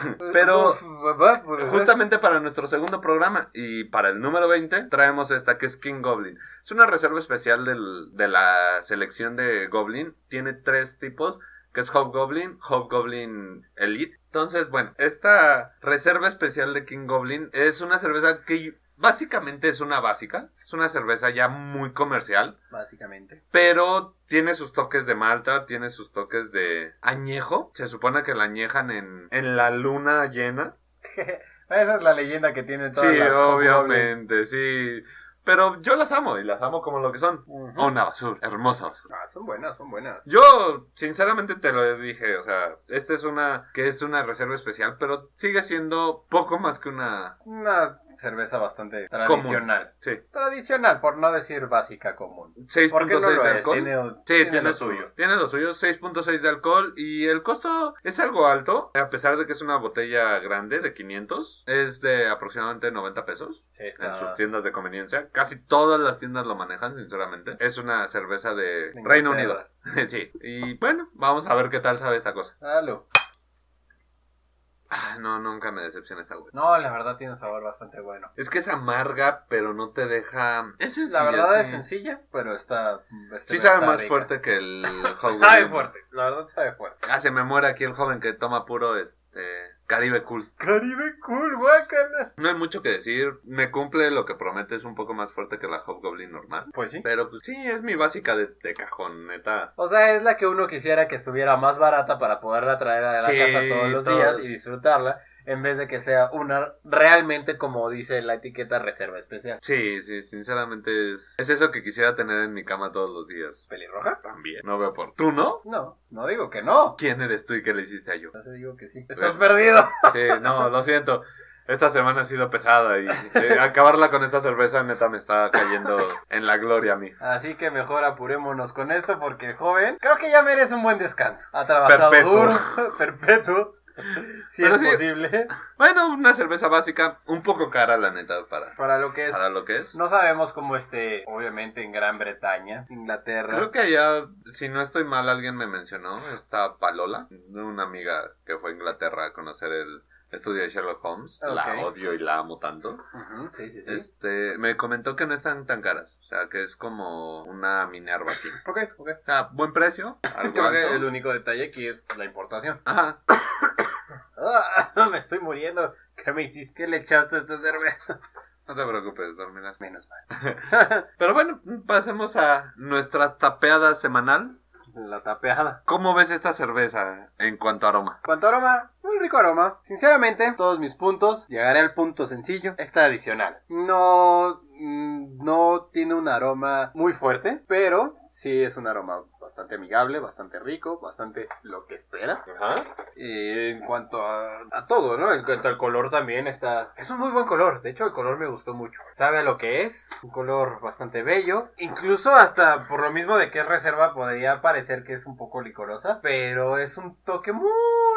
Pero Uf, pues, justamente para nuestro segundo programa y para el número veinte traemos esta que es King Goblin. Es una reserva especial del, de la selección de Goblin. Tiene tres tipos, que es Hobgoblin, Hobgoblin Elite. Entonces, bueno, esta reserva especial de King Goblin es una cerveza que básicamente es una básica. Es una cerveza ya muy comercial. Básicamente. Pero tiene sus toques de malta, tiene sus toques de añejo. Se supone que la añejan en, en la luna llena. Esa es la leyenda que tienen todas Sí, las Hobgoblin. obviamente, sí. Pero yo las amo y las amo como lo que son. Ujú. Una basura, hermosa basura. Ah, son buenas, son buenas. Yo, sinceramente te lo dije, o sea, esta es una, que es una reserva especial, pero sigue siendo poco más que una... Una cerveza bastante tradicional. Sí. Tradicional, por no decir básica común. seis ¿Por qué punto no seis lo de es? alcohol. Tiene, Sí, tiene tiene, lo su- suyo. Tiene lo suyo, seis punto seis de alcohol y el costo es algo alto, a pesar de que es una botella grande de quinientos, es de aproximadamente noventa pesos Sí, está... en sus tiendas de conveniencia. Casi todas las tiendas lo manejan, sinceramente. Es una cerveza de De Reino Unido. Inglaterra. Sí, y bueno, vamos a ver qué tal sabe esta cosa. Dalo. Ah, no, nunca me decepciona esta güey. No, la verdad tiene un sabor bastante bueno. Es que es amarga, pero no te deja... Es sencilla, La verdad sí. es sencilla, pero está... este, Sí sabe está más rica. fuerte que el Hogwarts. Sabe fuerte, la verdad sabe fuerte. Ah, se me muere aquí el joven que toma puro, este... Caribe Cool. Caribe cool, guácala. No hay mucho que decir. Me cumple lo que promete. Es un poco más fuerte que la Hobgoblin normal. Pues sí. Pero pues sí, es mi básica de, de cajón, neta. O sea, es la que uno quisiera que estuviera más barata para poderla traer a la Sí, casa todos los todo. días y disfrutarla, en vez de que sea una realmente, como dice la etiqueta, reserva especial. Sí, sí, sinceramente es... Es eso que quisiera tener en mi cama todos los días. ¿Pelirroja? También. No veo por... ¿Tú no? No, no digo que no. ¿Quién eres tú y qué le hiciste a yo? No te digo que sí. Estás perdido. Sí, no, lo siento. Esta semana ha sido pesada y eh, acabarla con esta cerveza neta me está cayendo en la gloria a mí. Así que mejor apurémonos con esto porque, joven, creo que ya merece un buen descanso. Ha trabajado Perpetuo. duro, perpetuo, si Pero es sí. posible, Bueno, una cerveza básica, un poco cara la neta para, para lo que es. para lo que es. No sabemos cómo esté, obviamente, en Gran Bretaña, Inglaterra. Creo que allá, si no estoy mal, alguien me mencionó, esta Palola, una amiga que fue a Inglaterra a conocer el estudio de Sherlock Holmes. Ok. La odio y la amo tanto. Ujú, sí, sí, sí. Este, me comentó que no están tan caras, o sea, que es como una Minerva aquí. Ok, ok. O sea, buen precio, algo Creo que alto. el único detalle aquí es la importación. Ajá. Ah, me estoy muriendo. ¿Qué me hiciste? ¿Qué le echaste a esta cerveza? No te preocupes, dormirás. Menos mal. Pero bueno, pasemos a nuestra tapeada semanal. La tapeada. ¿Cómo ves esta cerveza en cuanto a aroma? Cuanto a aroma, un rico aroma. Sinceramente, todos mis puntos, llegaré al punto sencillo. Es tradicional. No, mm, no tiene un aroma muy fuerte, pero sí es un aroma bastante amigable, bastante rico, bastante lo que espera. Ajá. Y en cuanto a, a todo, ¿no? En cuanto al color también está... Es un muy buen color. De hecho, el color me gustó mucho. Sabe a lo que es. Un color bastante bello. Incluso hasta por lo mismo de que es reserva podría parecer que es un poco licorosa. Pero es un toque muy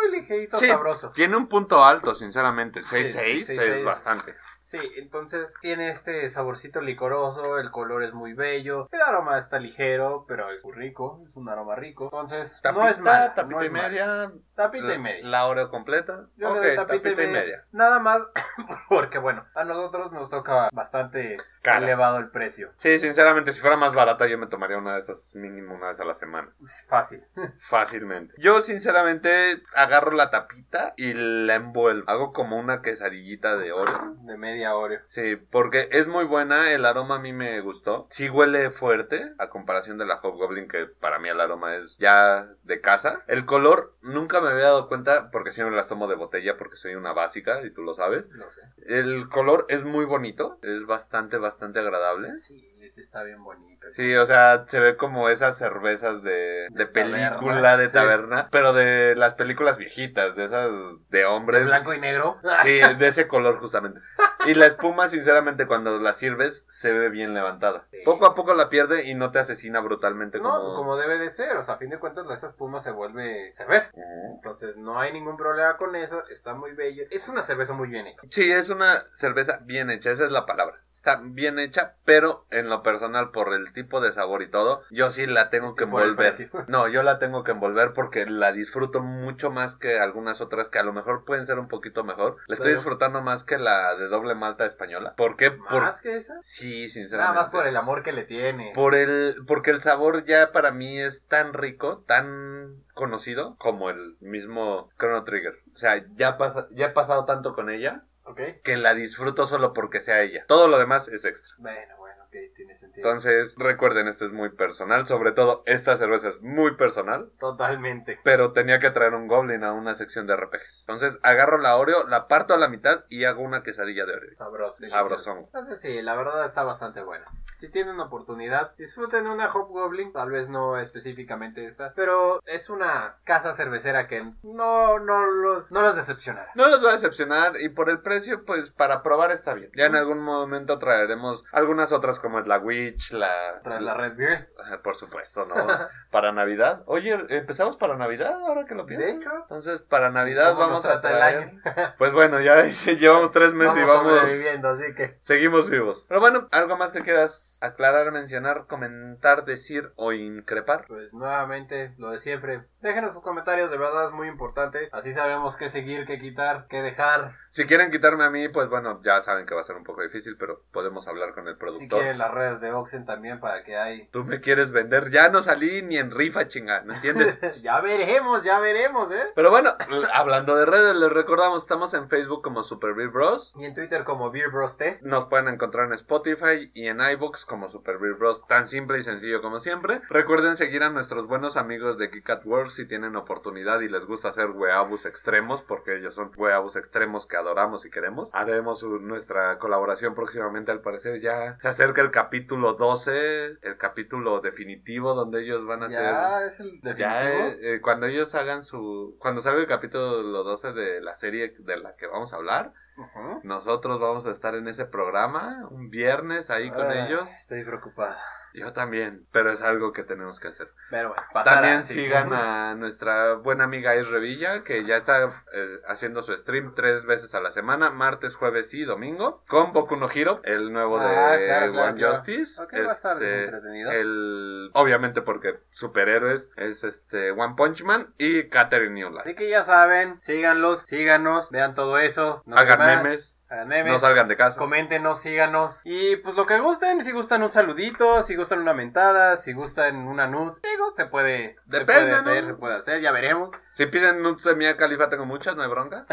muy ligerito, Sí, sabroso. tiene un punto alto, sinceramente. seis Sí, seis seis, es seis. bastante. Sí, entonces tiene este saborcito licoroso, el color es muy bello, el aroma está ligero, pero es muy rico, es un aroma rico. Entonces, Tapita, no es mala, tapita no y es mala. media. Tapita la, y media. La Oreo completa. Yo Ok, le doy tapita, tapita y media. y Nada más porque, bueno, a nosotros nos toca bastante Cara. elevado el precio. Sí, sinceramente, si fuera más barata, yo me tomaría una de esas mínimo una vez a la semana. Es fácil. Fácilmente. Yo, sinceramente, agarro la tapita y la envuelvo. Hago como una quesadillita de Oreo. De media Oreo. Sí, porque es muy buena, el aroma a mí me gustó. Sí huele fuerte, a comparación de la Hobgoblin, que para mí el aroma es ya de casa. El color, nunca me había dado cuenta, porque siempre las tomo de botella, porque soy una básica, y tú lo sabes. No sé. El color es muy bonito, es bastante, bastante agradable. Sí, ese está bien bonito. Sí, o sea, se ve como esas cervezas de, de, De película, taberna, de sí. taberna, pero de las películas viejitas, de esas de ¿De hombres. blanco y negro? Sí, de ese color justamente. Y la espuma, sinceramente, cuando la sirves, se ve bien levantada. Sí. Poco a poco la pierde y no te asesina brutalmente No, como... como debe de ser, o sea, a fin de cuentas esa espuma se vuelve cerveza. Ujú. Entonces no hay ningún problema con eso, está muy bello. Es una cerveza muy bien hecha. Sí, es una cerveza bien hecha, esa es la palabra. Está bien hecha, pero en lo personal, por el tipo de sabor y todo, yo sí la tengo que Y por el envolver. precio. No, yo la tengo que envolver porque la disfruto mucho más que algunas otras que a lo mejor pueden ser un poquito mejor. La estoy Pero- disfrutando más que la de doble malta española. ¿Por qué? Por... ¿Más que esa? Sí, Nada sinceramente. más por el amor que le tiene. Por el, porque el sabor ya para mí es tan rico, tan conocido como el mismo Chrono Trigger. O sea, ya pasa, ya he pasado tanto con ella ¿Ok? que la disfruto solo porque sea ella. Todo lo demás es extra. Bueno, bueno, ok, tiene sentido. Entonces, recuerden, esto es muy personal. Sobre todo, esta cerveza es muy personal. Totalmente. Pero tenía que traer un Goblin a una sección de R P Gs. Entonces, agarro la Oreo, la parto a la mitad y hago una quesadilla de Oreo. Sabroso. Sabrosón. Entonces sí, la verdad está bastante buena. Si tienen oportunidad, disfruten una Hobgoblin, tal vez no específicamente esta, pero es una casa cervecera que no, no, los, no los decepcionará. No los va a decepcionar y por el precio, pues para probar está bien. Ya en algún momento traeremos algunas otras como es la Witch, la... Tras la Red Beer. Ajá, por supuesto, ¿no? Para Navidad. Oye, ¿empezamos para Navidad ahora que lo pienso? De hecho. Entonces, para Navidad ¿Cómo vamos nos a trata el traer... año? Pues bueno, ya llevamos tres meses y vamos... sobreviviendo, así que... Seguimos vivos. Pero bueno, ¿algo más que quieras aclarar, mencionar, comentar, decir o increpar? Pues nuevamente, lo de siempre. Déjenos sus comentarios, de verdad es muy importante. Así sabemos qué seguir, qué quitar, qué dejar. Si quieren quitarme a mí, pues bueno, ya saben que va a ser un poco difícil, pero podemos hablar con el Si productor. quieren las redes de Oxen también para que hay... Tú me quieres vender, ya no salí ni en rifa, chingada, ¿no entiendes? Ya veremos, ya veremos, ¿eh? Pero bueno, hablando de redes, les recordamos, estamos en Facebook como Super Beer Bros. Y en Twitter como Beer Bros T. Nos pueden encontrar en Spotify y en iVoox como Super Beer Bros. Tan simple y sencillo como siempre. Recuerden seguir a nuestros buenos amigos de Geek at Work si tienen oportunidad y les gusta hacer weabus extremos, porque ellos son weabus extremos que adoramos y queremos. Haremos su- nuestra colaboración próximamente, al parecer ya se acerca el capítulo doce, el capítulo definitivo donde ellos van a hacer... Ya es el definitivo. Ya, eh, eh, cuando ellos hagan su... Cuando salga el capítulo doce de la serie de la que vamos a hablar, Ujú. nosotros vamos a estar en ese programa un viernes ahí con Ay, ellos. Estoy preocupado. Yo también, pero es algo que tenemos que hacer. Pero bueno, pasará, También sí. sigan a nuestra buena amiga Is Revilla, que ya está eh, haciendo su stream tres veces a la semana, martes, jueves y domingo, con Boku no Hero, el nuevo de Ah, claro, claro, One claro. Justice. Ok, va a estar Este, entretenido. el, obviamente porque superhéroes es este One Punch Man y Catherine Newland. Así que ya saben, síganlos, síganos, vean todo eso. no Hagan sé más, memes, Hagan memes. no salgan de casa. Coméntenos, síganos. Y pues lo que gusten, si gustan un saludito, si gustan una mentada, si gustan una nude, digo, se puede, se Depende, puede hacer, ¿no? se puede hacer, ya veremos. Si piden nudes de Mia Khalifa, tengo muchas, no hay bronca.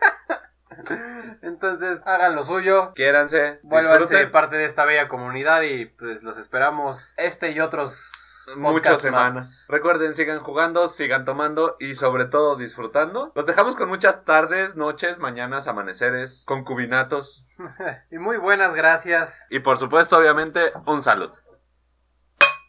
Entonces, hagan lo suyo. Quiéranse, Vuélvanse disfruten. parte de esta bella comunidad y pues los esperamos este y otros Muchas podcasts semanas. más. Recuerden, sigan jugando, sigan tomando y sobre todo disfrutando. Los dejamos con muchas tardes, noches, mañanas, amaneceres, concubinatos Y muy buenas gracias. y por supuesto, obviamente, un saludo.